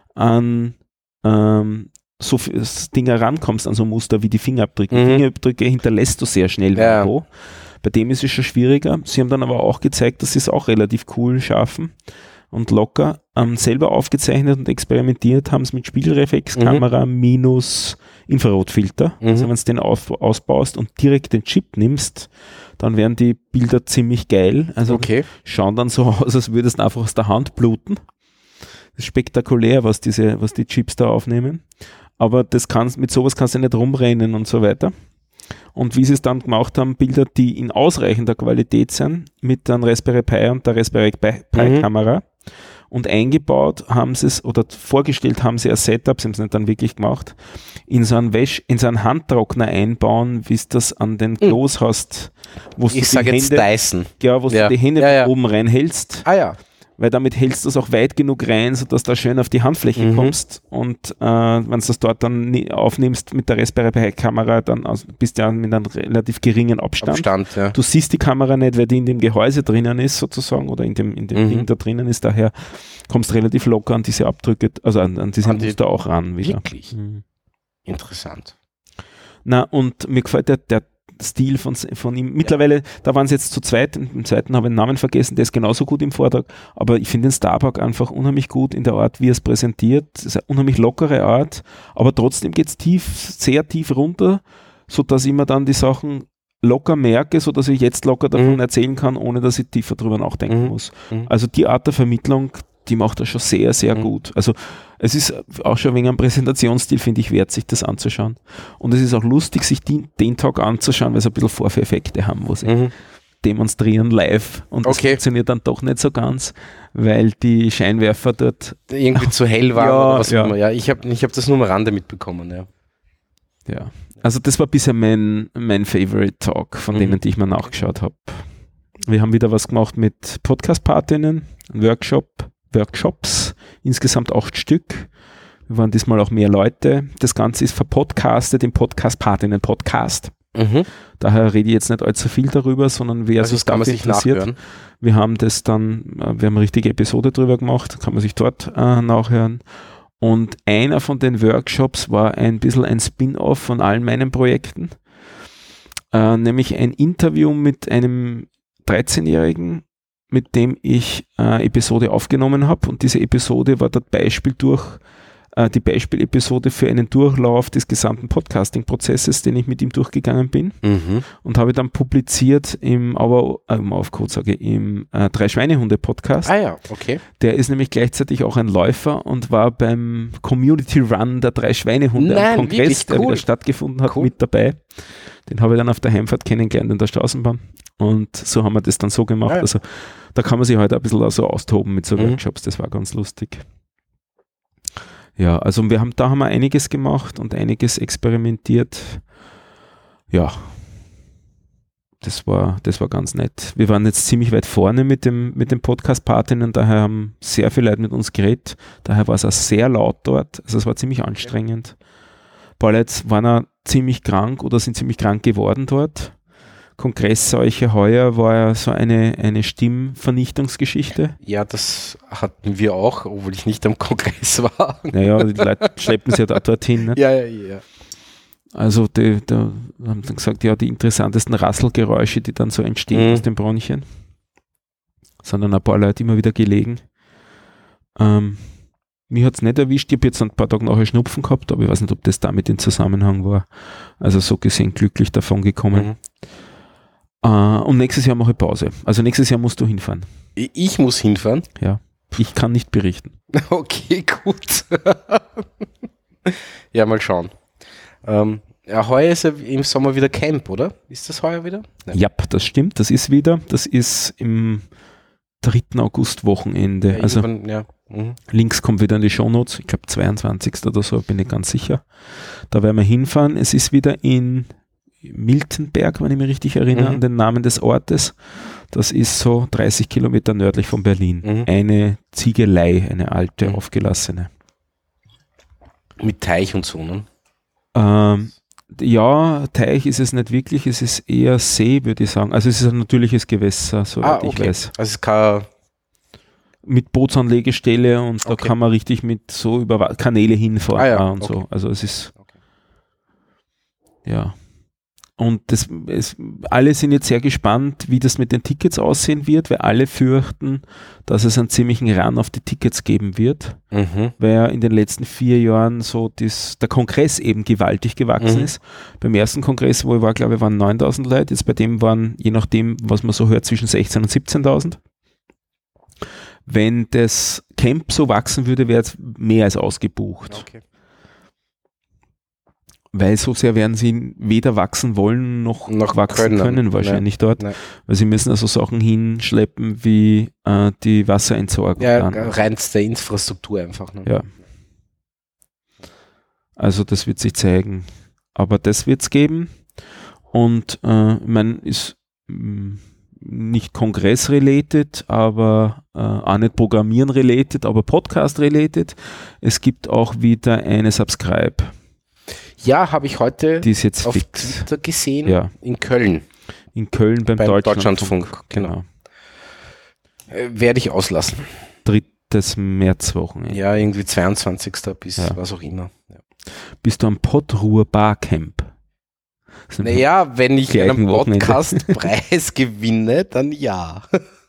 an ähm, so viel- das Ding herankommst, an so Muster wie die Fingerabdrücke. Mhm. Fingerabdrücke hinterlässt du sehr schnell Ja. irgendwo. Bei dem ist es schon schwieriger. Sie haben dann aber auch gezeigt, dass sie es auch relativ cool schaffen und locker. Ähm, selber aufgezeichnet und experimentiert haben es mit Spiegelreflexkamera minus Infrarotfilter. Mhm. Also wenn du den auf, ausbaust und direkt den Chip nimmst, dann werden die Bilder ziemlich geil. Also okay. schauen dann so aus, als würdest du einfach aus der Hand bluten. Das ist spektakulär, was diese, was die Chips da aufnehmen. Aber das kannst, mit sowas kannst du nicht rumrennen und so weiter. Und wie sie es dann gemacht haben, Bilder, die in ausreichender Qualität sind, mit einem Raspberry Pi und der Raspberry Pi, Pi Mhm. Kamera. Und eingebaut haben sie es, oder vorgestellt haben sie ein Setup, sie haben es nicht dann wirklich gemacht, in so einen Wäsch, in so einen Handtrockner einbauen, wie es das an den Klos hast, wo du Ich die sage jetzt Hände, Dyson. ja, wo Ja. du die Hände Ja, ja. von oben reinhältst, Ah ja. weil damit hältst du es auch weit genug rein, sodass du da schön auf die Handfläche Mhm. kommst. Und äh, wenn du das dort dann nie aufnimmst mit der Raspberry Pi Kamera, dann aus, bist du ja mit einem relativ geringen Abstand. Abstand, ja. Du siehst die Kamera nicht, weil die in dem Gehäuse drinnen ist sozusagen oder in dem, in dem Mhm. Ding da drinnen ist. Daher kommst du relativ locker an diese Abdrücke, also an, an diese An die- Muster auch ran wieder. Wirklich Mhm. interessant. Na, und mir gefällt der, der Stil von, von ihm. Mittlerweile, da waren sie jetzt zu zweit, im zweiten habe ich den Namen vergessen, der ist genauso gut im Vortrag, aber ich finde den Starbuck einfach unheimlich gut in der Art, wie er es präsentiert. Das ist eine unheimlich lockere Art, aber trotzdem geht es tief, sehr tief runter, sodass ich mir dann die Sachen locker merke, sodass ich jetzt locker davon Mhm. erzählen kann, ohne dass ich tiefer drüber nachdenken Mhm. muss. Mhm. Also die Art der Vermittlung, die macht er schon sehr, sehr Mhm. gut. Also es ist auch schon wegen einem Präsentationsstil, finde ich, wert, sich das anzuschauen. Und es ist auch lustig, sich die, den Tag anzuschauen, weil sie ein bisschen Vorführeffekte haben, wo sie Mhm. demonstrieren live. Und das Okay. funktioniert dann doch nicht so ganz, weil die Scheinwerfer dort, Irgendwie zu hell waren Ja, oder was ja. auch immer. Ja, ich habe ich hab das nur am Rande mitbekommen, ja. ja. Also das war bisher mein, mein Favorite Talk von Mhm. denen, die ich mir nachgeschaut habe. Wir haben wieder was gemacht mit Podcast-Partinnen, einen Workshop, Workshops, insgesamt acht Stück. Wir waren diesmal auch mehr Leute. Das Ganze ist verpodcastet im Podcast-Partinnen-Podcast. Mhm. Daher rede ich jetzt nicht allzu viel darüber, sondern wer Also sich das kann man dafür sich interessiert, nachhören. wir haben das dann, äh, wir haben eine richtige Episode drüber gemacht, kann man sich dort äh, nachhören. Und einer von den Workshops war ein bisschen ein Spin-off von allen meinen Projekten, äh, nämlich ein Interview mit einem dreizehnjährigen, mit dem ich äh, Episode aufgenommen habe. Und diese Episode war das Beispiel durch, äh, die Beispielepisode für einen Durchlauf des gesamten Podcasting-Prozesses, den ich mit ihm durchgegangen bin. Mhm. Und habe dann publiziert im, aber äh, im Aufcode sage ich, im äh, Drei-Schweinehunde-Podcast. Ah ja, okay. Der ist nämlich gleichzeitig auch ein Läufer und war beim Community Run der Drei-Schweinehunde Nein, am Kongress, wirklich der cool. wieder stattgefunden hat, Cool. mit dabei. Den habe ich dann auf der Heimfahrt kennengelernt in der Straßenbahn. Und so haben wir das dann so gemacht. Ah ja. Also da kann man sich heute ein bisschen so austoben mit so Mhm. Workshops. Das war ganz lustig. Ja, also wir haben, da haben wir einiges gemacht und einiges experimentiert. Ja, das war, das war ganz nett. Wir waren jetzt ziemlich weit vorne mit dem, mit den Podcast-Partinnen, daher haben sehr viele Leute mit uns geredet. Daher war es auch sehr laut dort. Also es war ziemlich anstrengend. Ein paar Leute waren auch ziemlich krank oder sind ziemlich krank geworden dort. Kongress-Seuche heuer war ja so eine, eine Stimmvernichtungsgeschichte. Ja, das hatten wir auch, obwohl ich nicht am Kongress war. Naja, die Leute schleppen sich ja da dorthin. Ne? Ja, ja, ja. Also die, die haben dann gesagt, ja, die interessantesten Rasselgeräusche, die dann so entstehen Mhm. aus den Bronchien. Sind dann ein paar Leute immer wieder gelegen. Ähm, mich hat es nicht erwischt, ich habe jetzt ein paar Tage nachher Schnupfen gehabt, aber ich weiß nicht, ob das damit in Zusammenhang war. Also so gesehen glücklich davon gekommen. Mhm. Äh, und nächstes Jahr mache ich Pause. Also nächstes Jahr musst du hinfahren. Ich muss hinfahren? Ja. Ich kann nicht berichten. Okay, gut. Ja, mal schauen. Ähm, ja, heuer ist ja im Sommer wieder Camp, oder? Ist das heuer wieder? Nein. Ja, das stimmt. Das ist wieder. Das ist im dritten August-Wochenende. Ja, also ja. Mhm. Links kommt wieder in die Shownotes. Ich glaube zweiundzwanzigsten oder so, bin ich ganz sicher. Da werden wir hinfahren. Es ist wieder in Miltenberg, wenn ich mich richtig erinnere, Mhm. an den Namen des Ortes. Das ist so dreißig Kilometer nördlich von Berlin. Mhm. Eine Ziegelei, eine alte, Mhm. aufgelassene. Mit Teich und so, ne? Ähm, ja, Teich ist es nicht wirklich, es ist eher See, würde ich sagen. Also es ist ein natürliches Gewässer, soweit Ah, ich okay. weiß. Also es ist kein... Mit Bootsanlegestelle und da Okay. kann man richtig mit so über Wa- Kanäle hinfahren Ah, ja, und okay. so. Also es ist, Okay. ja. Und das, es, alle sind jetzt sehr gespannt, wie das mit den Tickets aussehen wird, weil alle fürchten, dass es einen ziemlichen Run auf die Tickets geben wird, Mhm. weil ja in den letzten vier Jahren so das, der Kongress eben gewaltig gewachsen Mhm. ist. Beim ersten Kongress, wo ich war, glaube ich, waren neuntausend Leute, jetzt bei dem waren, je nachdem, was man so hört, zwischen sechzehntausend und siebzehntausend. Wenn das Camp so wachsen würde, wäre es mehr als ausgebucht. Okay. Weil so sehr werden sie weder wachsen wollen, noch, Noch wachsen können, können. wahrscheinlich dort. Nein. Weil sie müssen also Sachen hinschleppen wie äh, die Wasserentsorgung. Ja, dann. reinste Infrastruktur einfach. Ne? Ja. Also das wird sich zeigen. Aber das wird es geben. Und äh, ich meine, ist mh, nicht Kongress-related, aber äh, auch nicht Programmieren-related, aber Podcast-related. Es gibt auch wieder eine Subscribe. Ja, habe ich heute Die ist jetzt auf fix. Twitter gesehen, Ja. in Köln, In Köln beim, beim Deutschlandfunk. Deutschlandfunk. Genau. Äh, werde ich auslassen. Drittes Märzwochenende. Ja, irgendwie zweiundzwanzigsten bis Ja. was auch immer. Ja. Bist du am Pottruher Barcamp? Das ist Naja, wenn ich Gleichen einen Wochenende. Podcastpreis gewinne, dann ja.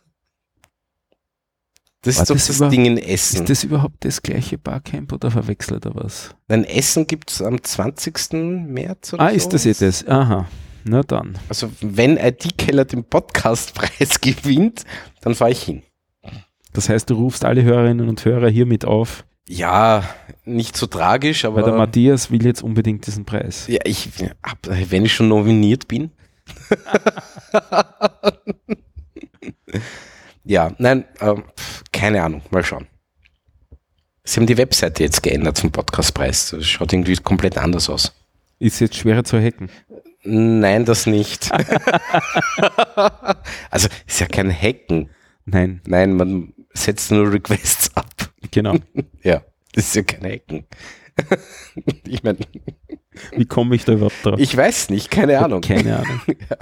Das War ist doch das das über- Ding in Essen. Ist das überhaupt das gleiche Barcamp oder verwechselt er was? Ein Essen gibt es am zwanzigsten März oder Ah, so. ist das eh das? Aha, na dann. Also wenn I T-Keller den Podcastpreis gewinnt, dann fahre ich hin. Das heißt, du rufst alle Hörerinnen und Hörer hiermit auf, Ja, nicht so tragisch, aber weil der Matthias will jetzt unbedingt diesen Preis. ja, ich, hab, wenn ich schon nominiert bin. Ja, nein, ähm, pf, keine Ahnung, mal schauen. Sie haben die Webseite jetzt geändert vom Podcastpreis. Das schaut irgendwie komplett anders aus. Ist jetzt schwerer zu hacken. Nein, das nicht. Also ist ja kein Hacken. Nein, Nein, man setzt nur Requests ab. genau. Ja, das ist ja kein Hacken. Ich meine, Wie komme ich da überhaupt drauf? ich weiß nicht, keine Ahnung. Keine Ahnung.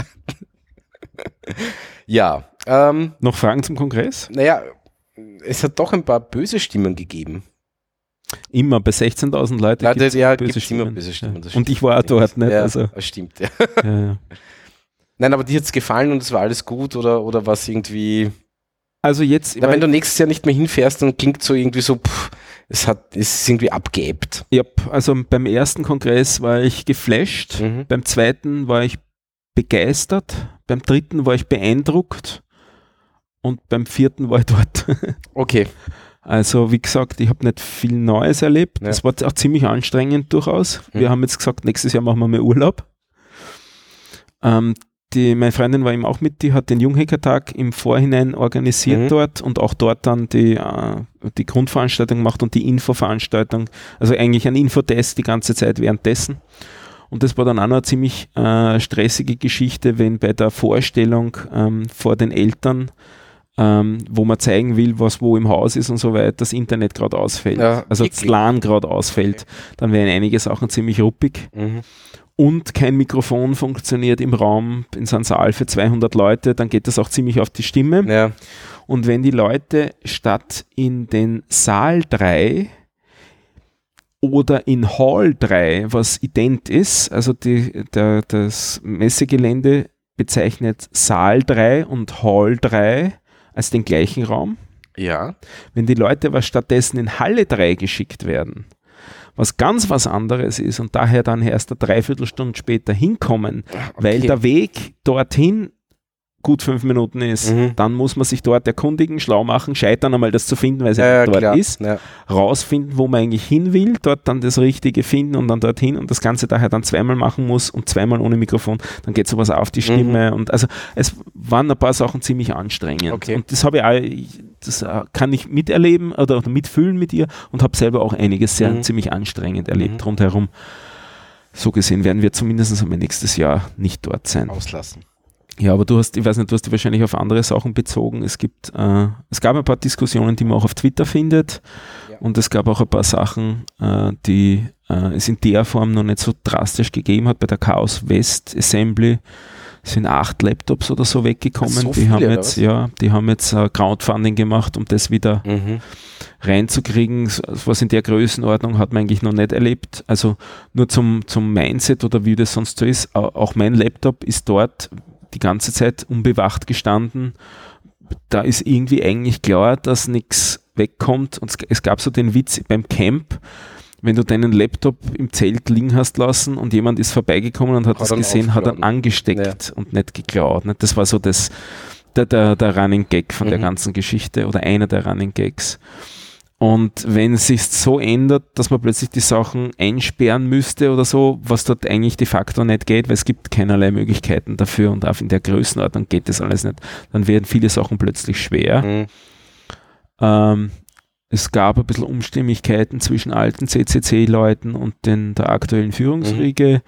Ja, ähm, Noch Fragen zum Kongress? naja, es hat doch ein paar böse Stimmen gegeben. Immer, bei sechzehntausend Leuten Ja, gibt's das- ja, böse gibt's immer Stimmen. böse Stimmen, Ja. das Und ich stimmt. war auch dort, nicht? Ja, Also, das stimmt, ja. ja, ja. Nein, aber dir hat es gefallen und es war alles gut oder, oder was irgendwie. also jetzt, Na, wenn du nächstes Jahr nicht mehr hinfährst, dann klingt so irgendwie so, pff, es hat, es ist irgendwie abgeebbt. ja, also beim ersten Kongress war ich geflasht, Mhm. beim zweiten war ich begeistert, beim dritten war ich beeindruckt und beim vierten war ich dort. Okay. Also wie gesagt, ich habe nicht viel Neues erlebt. Ja. Das war auch ziemlich anstrengend durchaus. Wir Mhm. haben jetzt gesagt, nächstes Jahr machen wir mehr Urlaub. Ähm, die, meine Freundin war eben auch mit, die hat den Junghackertag im Vorhinein organisiert Mhm. dort und auch dort dann die, äh, die Grundveranstaltung gemacht und die Infoveranstaltung. Also eigentlich ein Infotest die ganze Zeit währenddessen. Und das war dann auch noch eine ziemlich äh, stressige Geschichte, wenn bei der Vorstellung ähm, vor den Eltern, ähm, wo man zeigen will, was wo im Haus ist und so weiter, das Internet gerade ausfällt. Ja, also das wirklich. LAN gerade ausfällt. Dann wären einige Sachen ziemlich ruppig. Mhm. Und kein Mikrofon funktioniert im Raum, in so einem Saal für zweihundert Leute, dann geht das auch ziemlich auf die Stimme. Ja. Und wenn die Leute statt in den Saal drei oder in Hall drei, was ident ist, also die, der, das Messegelände bezeichnet Saal drei und Hall drei als den gleichen Raum. Ja. Wenn die Leute aber stattdessen in Halle drei geschickt werden, was ganz was anderes ist und daher dann erst eine Dreiviertelstunde später hinkommen, weil Okay. der Weg dorthin gut fünf Minuten ist, Mhm. dann muss man sich dort erkundigen, schlau machen, scheitern einmal das zu finden, weil es Ja, ja ja, dort klar. ist, Ja. rausfinden, wo man eigentlich hin will, dort dann das Richtige finden und dann dorthin und das Ganze daher dann zweimal machen muss und zweimal ohne Mikrofon, dann geht sowas auf die Stimme und also es waren ein paar Sachen ziemlich anstrengend Okay. und das habe ich auch, das äh, kann ich miterleben oder, oder mitfühlen mit ihr und habe selber auch einiges sehr Mhm. ziemlich anstrengend erlebt Mhm. rundherum. So gesehen werden wir zumindest einmal nächstes Jahr nicht dort sein. Auslassen. Ja, aber du hast, ich weiß nicht, du hast die wahrscheinlich auf andere Sachen bezogen. Es gibt, äh, es gab ein paar Diskussionen, die man auch auf Twitter findet. Ja. Und es gab auch ein paar Sachen, äh, die äh, es in der Form noch nicht so drastisch gegeben hat. Bei der Chaos West Assembly sind acht Laptops oder so weggekommen. Ach, so die viele, haben oder jetzt, was? ja, die haben jetzt äh, Crowdfunding gemacht, um das wieder Mhm. reinzukriegen. So- Was in der Größenordnung hat man eigentlich noch nicht erlebt. Also nur zum, zum Mindset oder wie das sonst so ist. Au- Auch mein Laptop ist dort die ganze Zeit unbewacht gestanden. Da ist irgendwie eigentlich klar, dass nichts wegkommt. Und es, es gab so den Witz beim Camp, wenn du deinen Laptop im Zelt liegen hast lassen und jemand ist vorbeigekommen und hat, Hat das dann gesehen, hat dann aufgeladen. angesteckt und nicht geklaut. Nicht? Das war so das, der, der, der Running Gag von der Mhm. ganzen Geschichte oder einer der Running Gags. Und wenn es sich so ändert, dass man plötzlich die Sachen einsperren müsste oder so, was dort eigentlich de facto nicht geht, weil es gibt keinerlei Möglichkeiten dafür und auch in der Größenordnung geht das alles nicht, dann werden viele Sachen plötzlich schwer. Mhm. Ähm, es gab ein bisschen Unstimmigkeiten zwischen alten C C C-Leuten und den, der aktuellen Führungsriege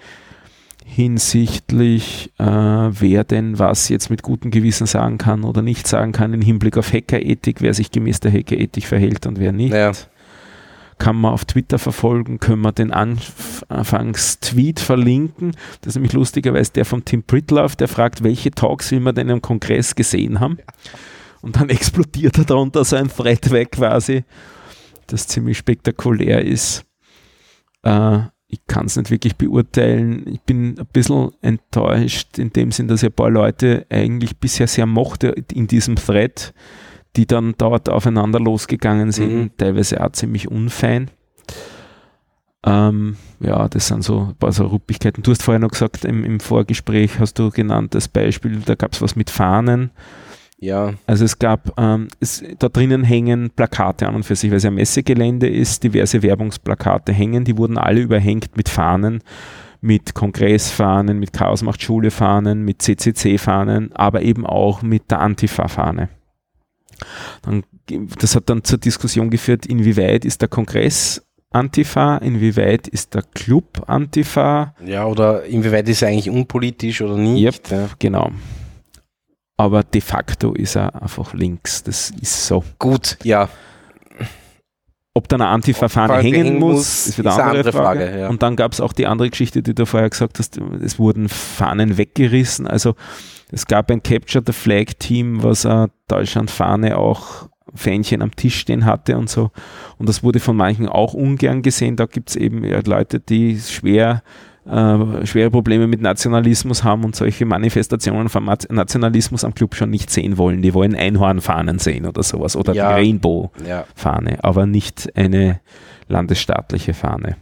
hinsichtlich, äh, wer denn was jetzt mit gutem Gewissen sagen kann oder nicht sagen kann im Hinblick auf Hackerethik, wer sich gemäß der Hackerethik verhält und wer nicht. Ja. Kann man auf Twitter verfolgen, können wir den Anfangstweet verlinken. Das ist nämlich lustigerweise der von Tim Pritlove, der fragt, welche Talks will man denn am Kongress gesehen haben? Und dann explodiert er darunter so ein Thread weg quasi, das ziemlich spektakulär ist. Äh, ich kann es nicht wirklich beurteilen. Ich bin ein bisschen enttäuscht in dem Sinn, dass ich ein paar Leute eigentlich bisher sehr mochte in diesem Thread, die dann dort aufeinander losgegangen sind, Mhm. teilweise auch ziemlich unfein. Ähm, ja, das sind so ein paar so Ruppigkeiten. Du hast vorher noch gesagt, im, im Vorgespräch hast du genannt das Beispiel, da gab es was mit Fahnen. Ja. Also es gab, ähm, es, da drinnen hängen Plakate an und für sich, weil es ja ein Messegelände ist, diverse Werbungsplakate hängen, die wurden alle überhängt mit Fahnen, mit Kongressfahnen, mit Chaos macht Schule Fahnen, mit C C C-Fahnen, aber eben auch mit der Antifa-Fahne. Dann, das hat dann zur Diskussion geführt, inwieweit ist der Kongress Antifa, inwieweit ist der Club Antifa. Ja, oder inwieweit ist er eigentlich unpolitisch oder nicht? Yep, Ja. genau. Aber de facto ist er einfach links, das ist so. Gut, ja. Ob dann eine Antifa-Fahne Fahne hängen hängen muss, muss, ist wieder ist eine eine andere andere Frage. Frage, ja. Und dann gab es auch die andere Geschichte, die du vorher gesagt hast, es wurden Fahnen weggerissen. Also es gab ein Capture the Flag-Team, was eine Deutschland-Fahne auch Fähnchen am Tisch stehen hatte und so. Und das wurde von manchen auch ungern gesehen. Da gibt es eben ja, Leute, die schwer äh, schwere Probleme mit Nationalismus haben und solche Manifestationen von Nationalismus am Club schon nicht sehen wollen. Die wollen Einhornfahnen sehen oder sowas oder Ja. die Rainbow-Fahne, Ja. aber nicht eine landesstaatliche Fahne.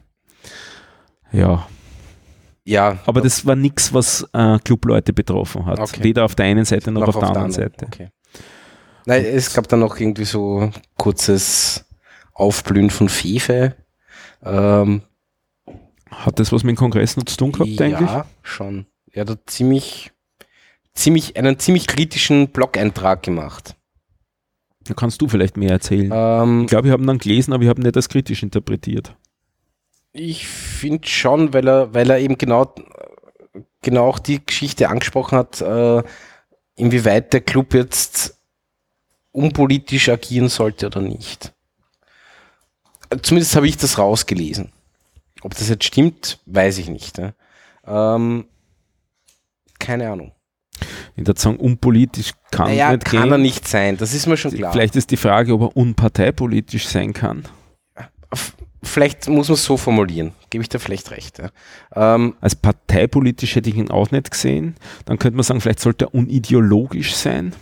Ja, Ja. aber das war nichts, was äh, Clubleute betroffen hat. Okay. Weder auf der einen Seite noch, auf der anderen anderen. Seite. Okay. Nein, es gab dann noch irgendwie so kurzes Aufblühen von Fefe. Ähm, Hat das was mit dem Kongress noch zu tun gehabt ja, eigentlich? schon. Er hat da ziemlich, ziemlich, einen ziemlich kritischen Blog-Eintrag gemacht. Da kannst du vielleicht mehr erzählen. Ähm, Ich glaube, ich habe ihn dann gelesen, aber ich habe ihn nicht als kritisch interpretiert. Ich finde schon, weil er, weil er eben genau, genau auch die Geschichte angesprochen hat, äh, inwieweit der Club jetzt unpolitisch agieren sollte oder nicht. Zumindest habe ich das rausgelesen. Ob das jetzt stimmt, weiß ich nicht. Ja. Ähm, keine Ahnung. Ich würde sagen, unpolitisch kann Naja, nicht kann gehen. er nicht sein, das ist mir schon klar. Vielleicht ist die Frage, ob er unparteipolitisch sein kann. F- Vielleicht muss man es so formulieren, gebe ich da vielleicht recht. Ja. Ähm, Als parteipolitisch hätte ich ihn auch nicht gesehen. Dann könnte man sagen, vielleicht sollte er unideologisch sein.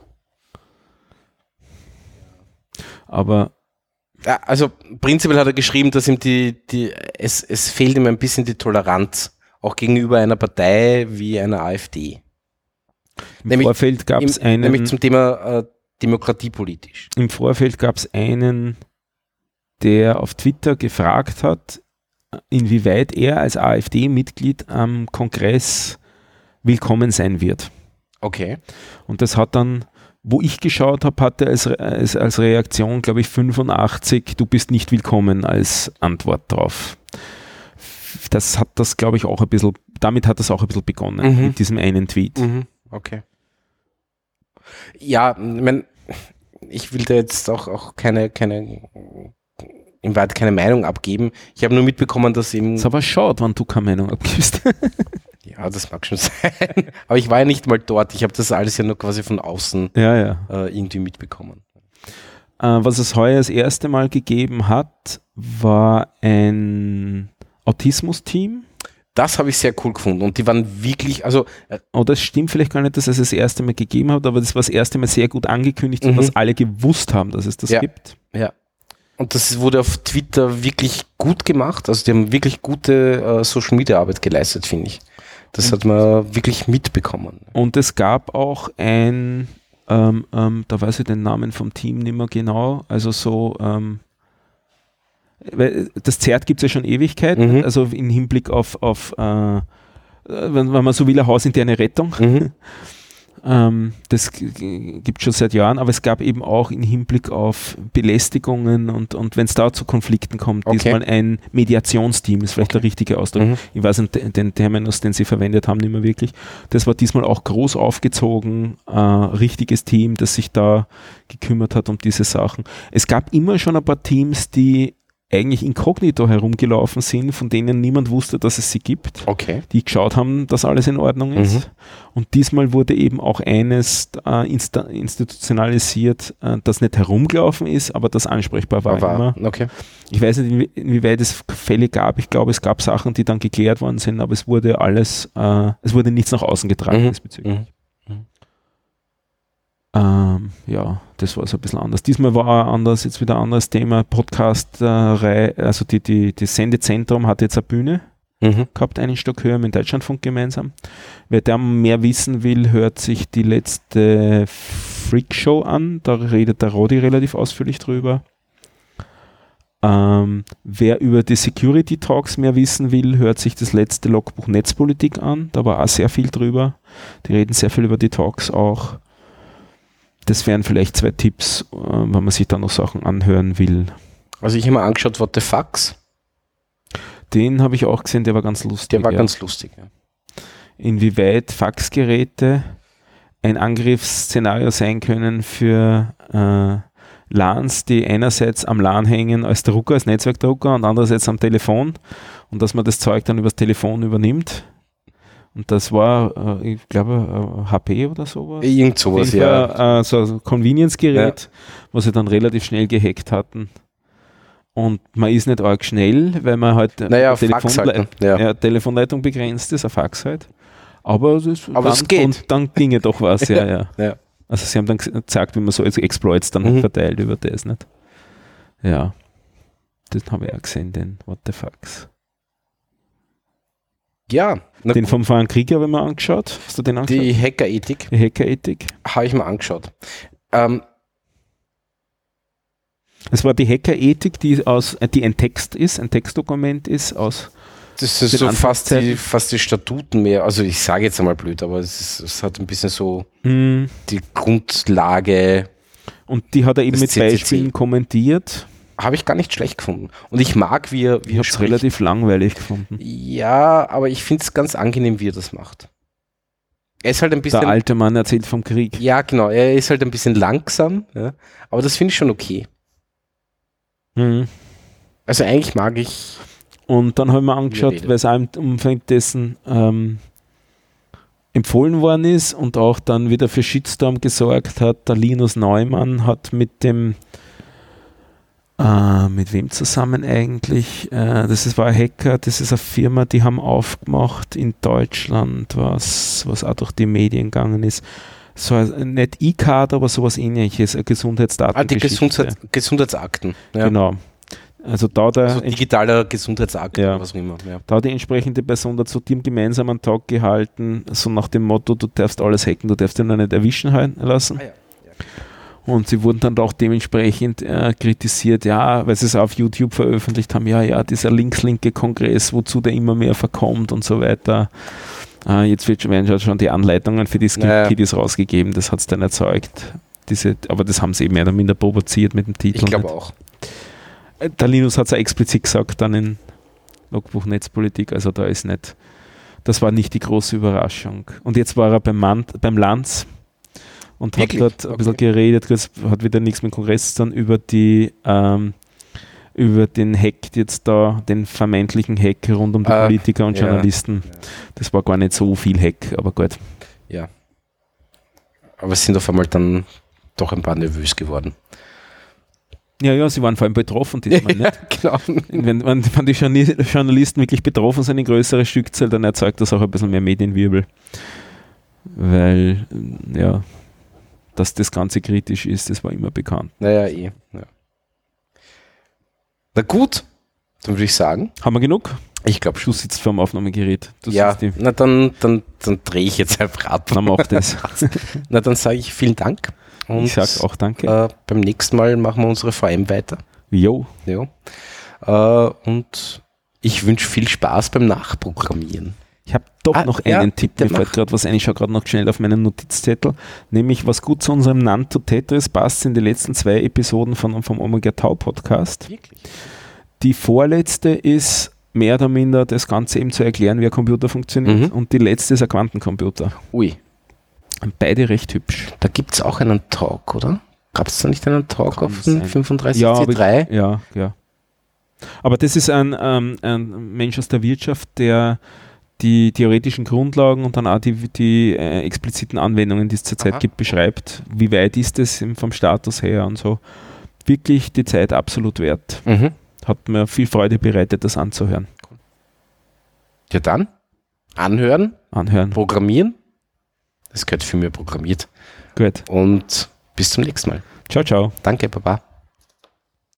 Aber Ja, also prinzipiell hat er geschrieben, dass ihm die, die, es, es fehlt ihm ein bisschen die Toleranz, auch gegenüber einer Partei wie einer AfD. Im nämlich, Vorfeld gab es einen. Nämlich zum Thema äh, demokratiepolitisch. Im Vorfeld gab es einen, der auf Twitter gefragt hat, inwieweit er als AfD-Mitglied am Kongress willkommen sein wird. Okay. Und das hat dann, wo ich geschaut habe, hatte als, als, als Reaktion, glaube ich, fünfundachtzig, du bist nicht willkommen als Antwort drauf. Das hat das, glaube ich, auch ein bisschen, damit hat das auch ein bisschen begonnen, mhm. mit diesem einen Tweet. Mhm. Okay. Ja, ich mein, ich will da jetzt auch, auch keine, keine, im Weit keine Meinung abgeben. Ich habe nur mitbekommen, dass eben... Das ist aber schade, wenn du keine Meinung abgibst. Ja, das mag schon sein. Aber ich war ja nicht mal dort. Ich habe das alles ja nur quasi von außen ja, ja. Äh, irgendwie mitbekommen. Äh, was es heuer das erste Mal gegeben hat, war ein Autismus-Team. Das habe ich sehr cool gefunden und die waren wirklich, also... Äh oh, das stimmt vielleicht gar nicht, dass es das erste Mal gegeben hat, aber das war das erste Mal sehr gut angekündigt, mhm. sodass alle gewusst haben, dass es das ja. gibt. Ja. Und das wurde auf Twitter wirklich gut gemacht. Also die haben wirklich gute äh, Social-Media-Arbeit geleistet, finde ich. Das hat man wirklich mitbekommen. Und es gab auch ein, ähm, ähm, da weiß ich den Namen vom Team nicht mehr genau, also so, ähm, das Z E R T gibt es ja schon Ewigkeiten, mhm. also im Hinblick auf, auf äh, wenn, wenn man so will, eine hausinterne Rettung. Mhm. ähm, das gibt es schon seit Jahren, aber es gab eben auch im Hinblick auf Belästigungen und, und wenn es da zu Konflikten kommt, okay. diesmal ein Mediationsteam, ist vielleicht okay. der richtige Ausdruck. Mhm. Ich weiß nicht, den Terminus, den sie verwendet haben, nicht mehr wirklich. Das war diesmal auch groß aufgezogen, äh, richtiges Team, das sich da gekümmert hat um diese Sachen. Es gab immer schon ein paar Teams, die eigentlich inkognito herumgelaufen sind, von denen niemand wusste, dass es sie gibt, okay. die geschaut haben, dass alles in Ordnung ist. Mhm. Und diesmal wurde eben auch eines äh, insta- institutionalisiert, äh, das nicht herumgelaufen ist, aber das ansprechbar war, war. immer. Okay. Ich weiß nicht, inwie- inwieweit es Fälle gab. Ich glaube, es gab Sachen, die dann geklärt worden sind, aber es wurde alles, äh, es wurde nichts nach außen getragen mhm. diesbezüglich. Mhm. Mhm. Ähm, ja, das war so ein bisschen anders. Diesmal war anders, jetzt wieder ein anderes Thema. Podcast-Reihe, äh, also die, die, die Sendezentrum hat jetzt eine Bühne mhm. gehabt, einen Stock höher mit dem Deutschlandfunk gemeinsam. Wer da mehr wissen will, hört sich die letzte Freakshow an. Da redet der Rodi relativ ausführlich drüber. Ähm, wer über die Security Talks mehr wissen will, hört sich das letzte Logbuch Netzpolitik an. Da war auch sehr viel drüber. Die reden sehr viel über die Talks auch. Das wären vielleicht zwei Tipps, äh, wenn man sich da noch Sachen anhören will. Also ich habe mir angeschaut, What the Fax. Den habe ich auch gesehen, der war ganz lustig. Der war ja. ganz lustig, ja. Inwieweit Faxgeräte ein Angriffsszenario sein können für äh, LANs, die einerseits am LAN hängen als Drucker, als Netzwerkdrucker und andererseits am Telefon und dass man das Zeug dann übers Telefon übernimmt. Und das war, äh, ich glaube, äh, H P oder sowas. Irgend sowas, ja. Äh, so ein Convenience-Gerät, ja. was sie dann relativ schnell gehackt hatten. Und man ist nicht arg schnell, weil man halt naja, Telefonle- halt, ja. ja, Telefonleitung begrenzt ist, ein Fax halt. Aber, es, ist Aber dann, es geht. Und dann ginge doch was, ja, ja. ja. Also sie haben dann gezeigt, wie man so Exploits dann mhm. verteilt über das, nicht? Ja. Das habe ich auch gesehen, den What the Fax. Ja. Den vom Frank Krieger habe ich mir angeschaut. Hast du den angeschaut? Die Hackerethik. Die Hackerethik. Habe ich mir angeschaut. Ähm, Es war die Hackerethik, die aus, die ein Text ist, ein Textdokument ist aus. Das ist so fast die, fast die Statuten mehr. Also ich sage jetzt einmal blöd, aber es, ist, es hat ein bisschen so mm. die Grundlage. Und die hat er eben mit C C C. Beispielen kommentiert. Habe ich gar nicht schlecht gefunden. Und ich mag, wie er, wie ich habe es relativ langweilig gefunden. Ja, aber ich finde es ganz angenehm, wie er das macht. Er ist halt ein bisschen... Der alte Mann erzählt vom Krieg. Ja, genau. Er ist halt ein bisschen langsam, ja, aber das finde ich schon okay. Mhm. Also eigentlich mag ich... Und dann habe ich mir angeschaut, weil es auch im Umfang dessen ähm, empfohlen worden ist und auch dann wieder für Shitstorm gesorgt hat. Der Linus Neumann hat mit dem Äh, mit wem zusammen eigentlich? Äh, das ist, war ein Hacker, das ist eine Firma, die haben aufgemacht in Deutschland, was, was auch durch die Medien gegangen ist. So ein, nicht E-Card, aber sowas ähnliches, eine Gesundheitsdatengeschichte. Ah, die Gesundheits- Gesundheitsakten. Ja. Genau. Also da der Also digitaler Gesundheitsakt Ja. oder was auch immer. Ja. Da hat die entsprechende Person dazu dem gemeinsamen Tag gehalten, so nach dem Motto, du darfst alles hacken, du darfst ihn noch nicht erwischen lassen. Ah, ja. Und sie wurden dann auch dementsprechend äh, kritisiert, ja, weil sie es auf YouTube veröffentlicht haben, ja, ja, dieser links-linke Kongress, wozu der immer mehr verkommt und so weiter. Äh, jetzt wird, werden schon die Anleitungen für die Script-Kiddies naja. rausgegeben, das hat es dann erzeugt. Diese, aber das haben sie eben mehr oder minder provoziert mit dem Titel. Ich glaube auch. Der Linus hat es ja explizit gesagt dann in Logbuch Netzpolitik, also da ist nicht, das war nicht die große Überraschung. Und jetzt war er beim, Mann, beim Lanz und Wirklich? hat dort ein okay. bisschen geredet, das hat wieder nichts mit dem Kongress dann über die ähm, über den Hack jetzt da, den vermeintlichen Hack rund um die ah, Politiker und ja. Journalisten. Ja. Das war gar nicht so viel Hack, aber gut. Ja. Aber es sind auf einmal dann doch ein paar nervös geworden. Ja, ja, sie waren vor allem betroffen diesmal, ja, nicht? Genau. Wenn, wenn, wenn die Journalisten wirklich betroffen sind in größere Stückzahl, dann erzeugt das auch ein bisschen mehr Medienwirbel. Weil, ja, dass das Ganze kritisch ist, das war immer bekannt. Naja, eh. Ja. Na gut, dann würde ich sagen. Haben wir genug? Ich glaube, du sitzt vor dem Aufnahmegerät. Du ja, na dann, dann, dann drehe ich jetzt einfach ab. Dann mach das. Na dann sage ich vielen Dank. Und, ich sage auch danke. Äh, beim nächsten Mal machen wir unsere V M weiter. Jo. Jo. Äh, und ich wünsche viel Spaß beim Nachprogrammieren. Ich habe doch ah, noch ja, einen Tipp, mir fällt gerade was ein, ich schaue gerade noch schnell auf meinen Notizzettel, nämlich was gut zu unserem Nanto Tetris passt, sind die letzten zwei Episoden von, vom Omega Tau Podcast. Wirklich? Die vorletzte ist mehr oder minder das Ganze eben zu erklären, wie ein Computer funktioniert, mhm. und die letzte ist ein Quantencomputer. Ui. Beide recht hübsch. Da gibt es auch einen Talk, oder? Gab es da nicht einen Talk Kann auf den fünfunddreißig ja, C drei? Ich, ja, ja. Aber das ist ein, ähm, ein Mensch aus der Wirtschaft, der die theoretischen Grundlagen und dann auch die, die äh, expliziten Anwendungen, die es zurzeit Aha. gibt, beschreibt. Wie weit ist es vom Status her und so. Wirklich die Zeit absolut wert. Mhm. Hat mir viel Freude bereitet, das anzuhören. Ja dann, anhören, anhören, programmieren. Das gehört für mich programmiert. Gut. Und bis zum nächsten Mal. Ciao, ciao. Danke, Baba.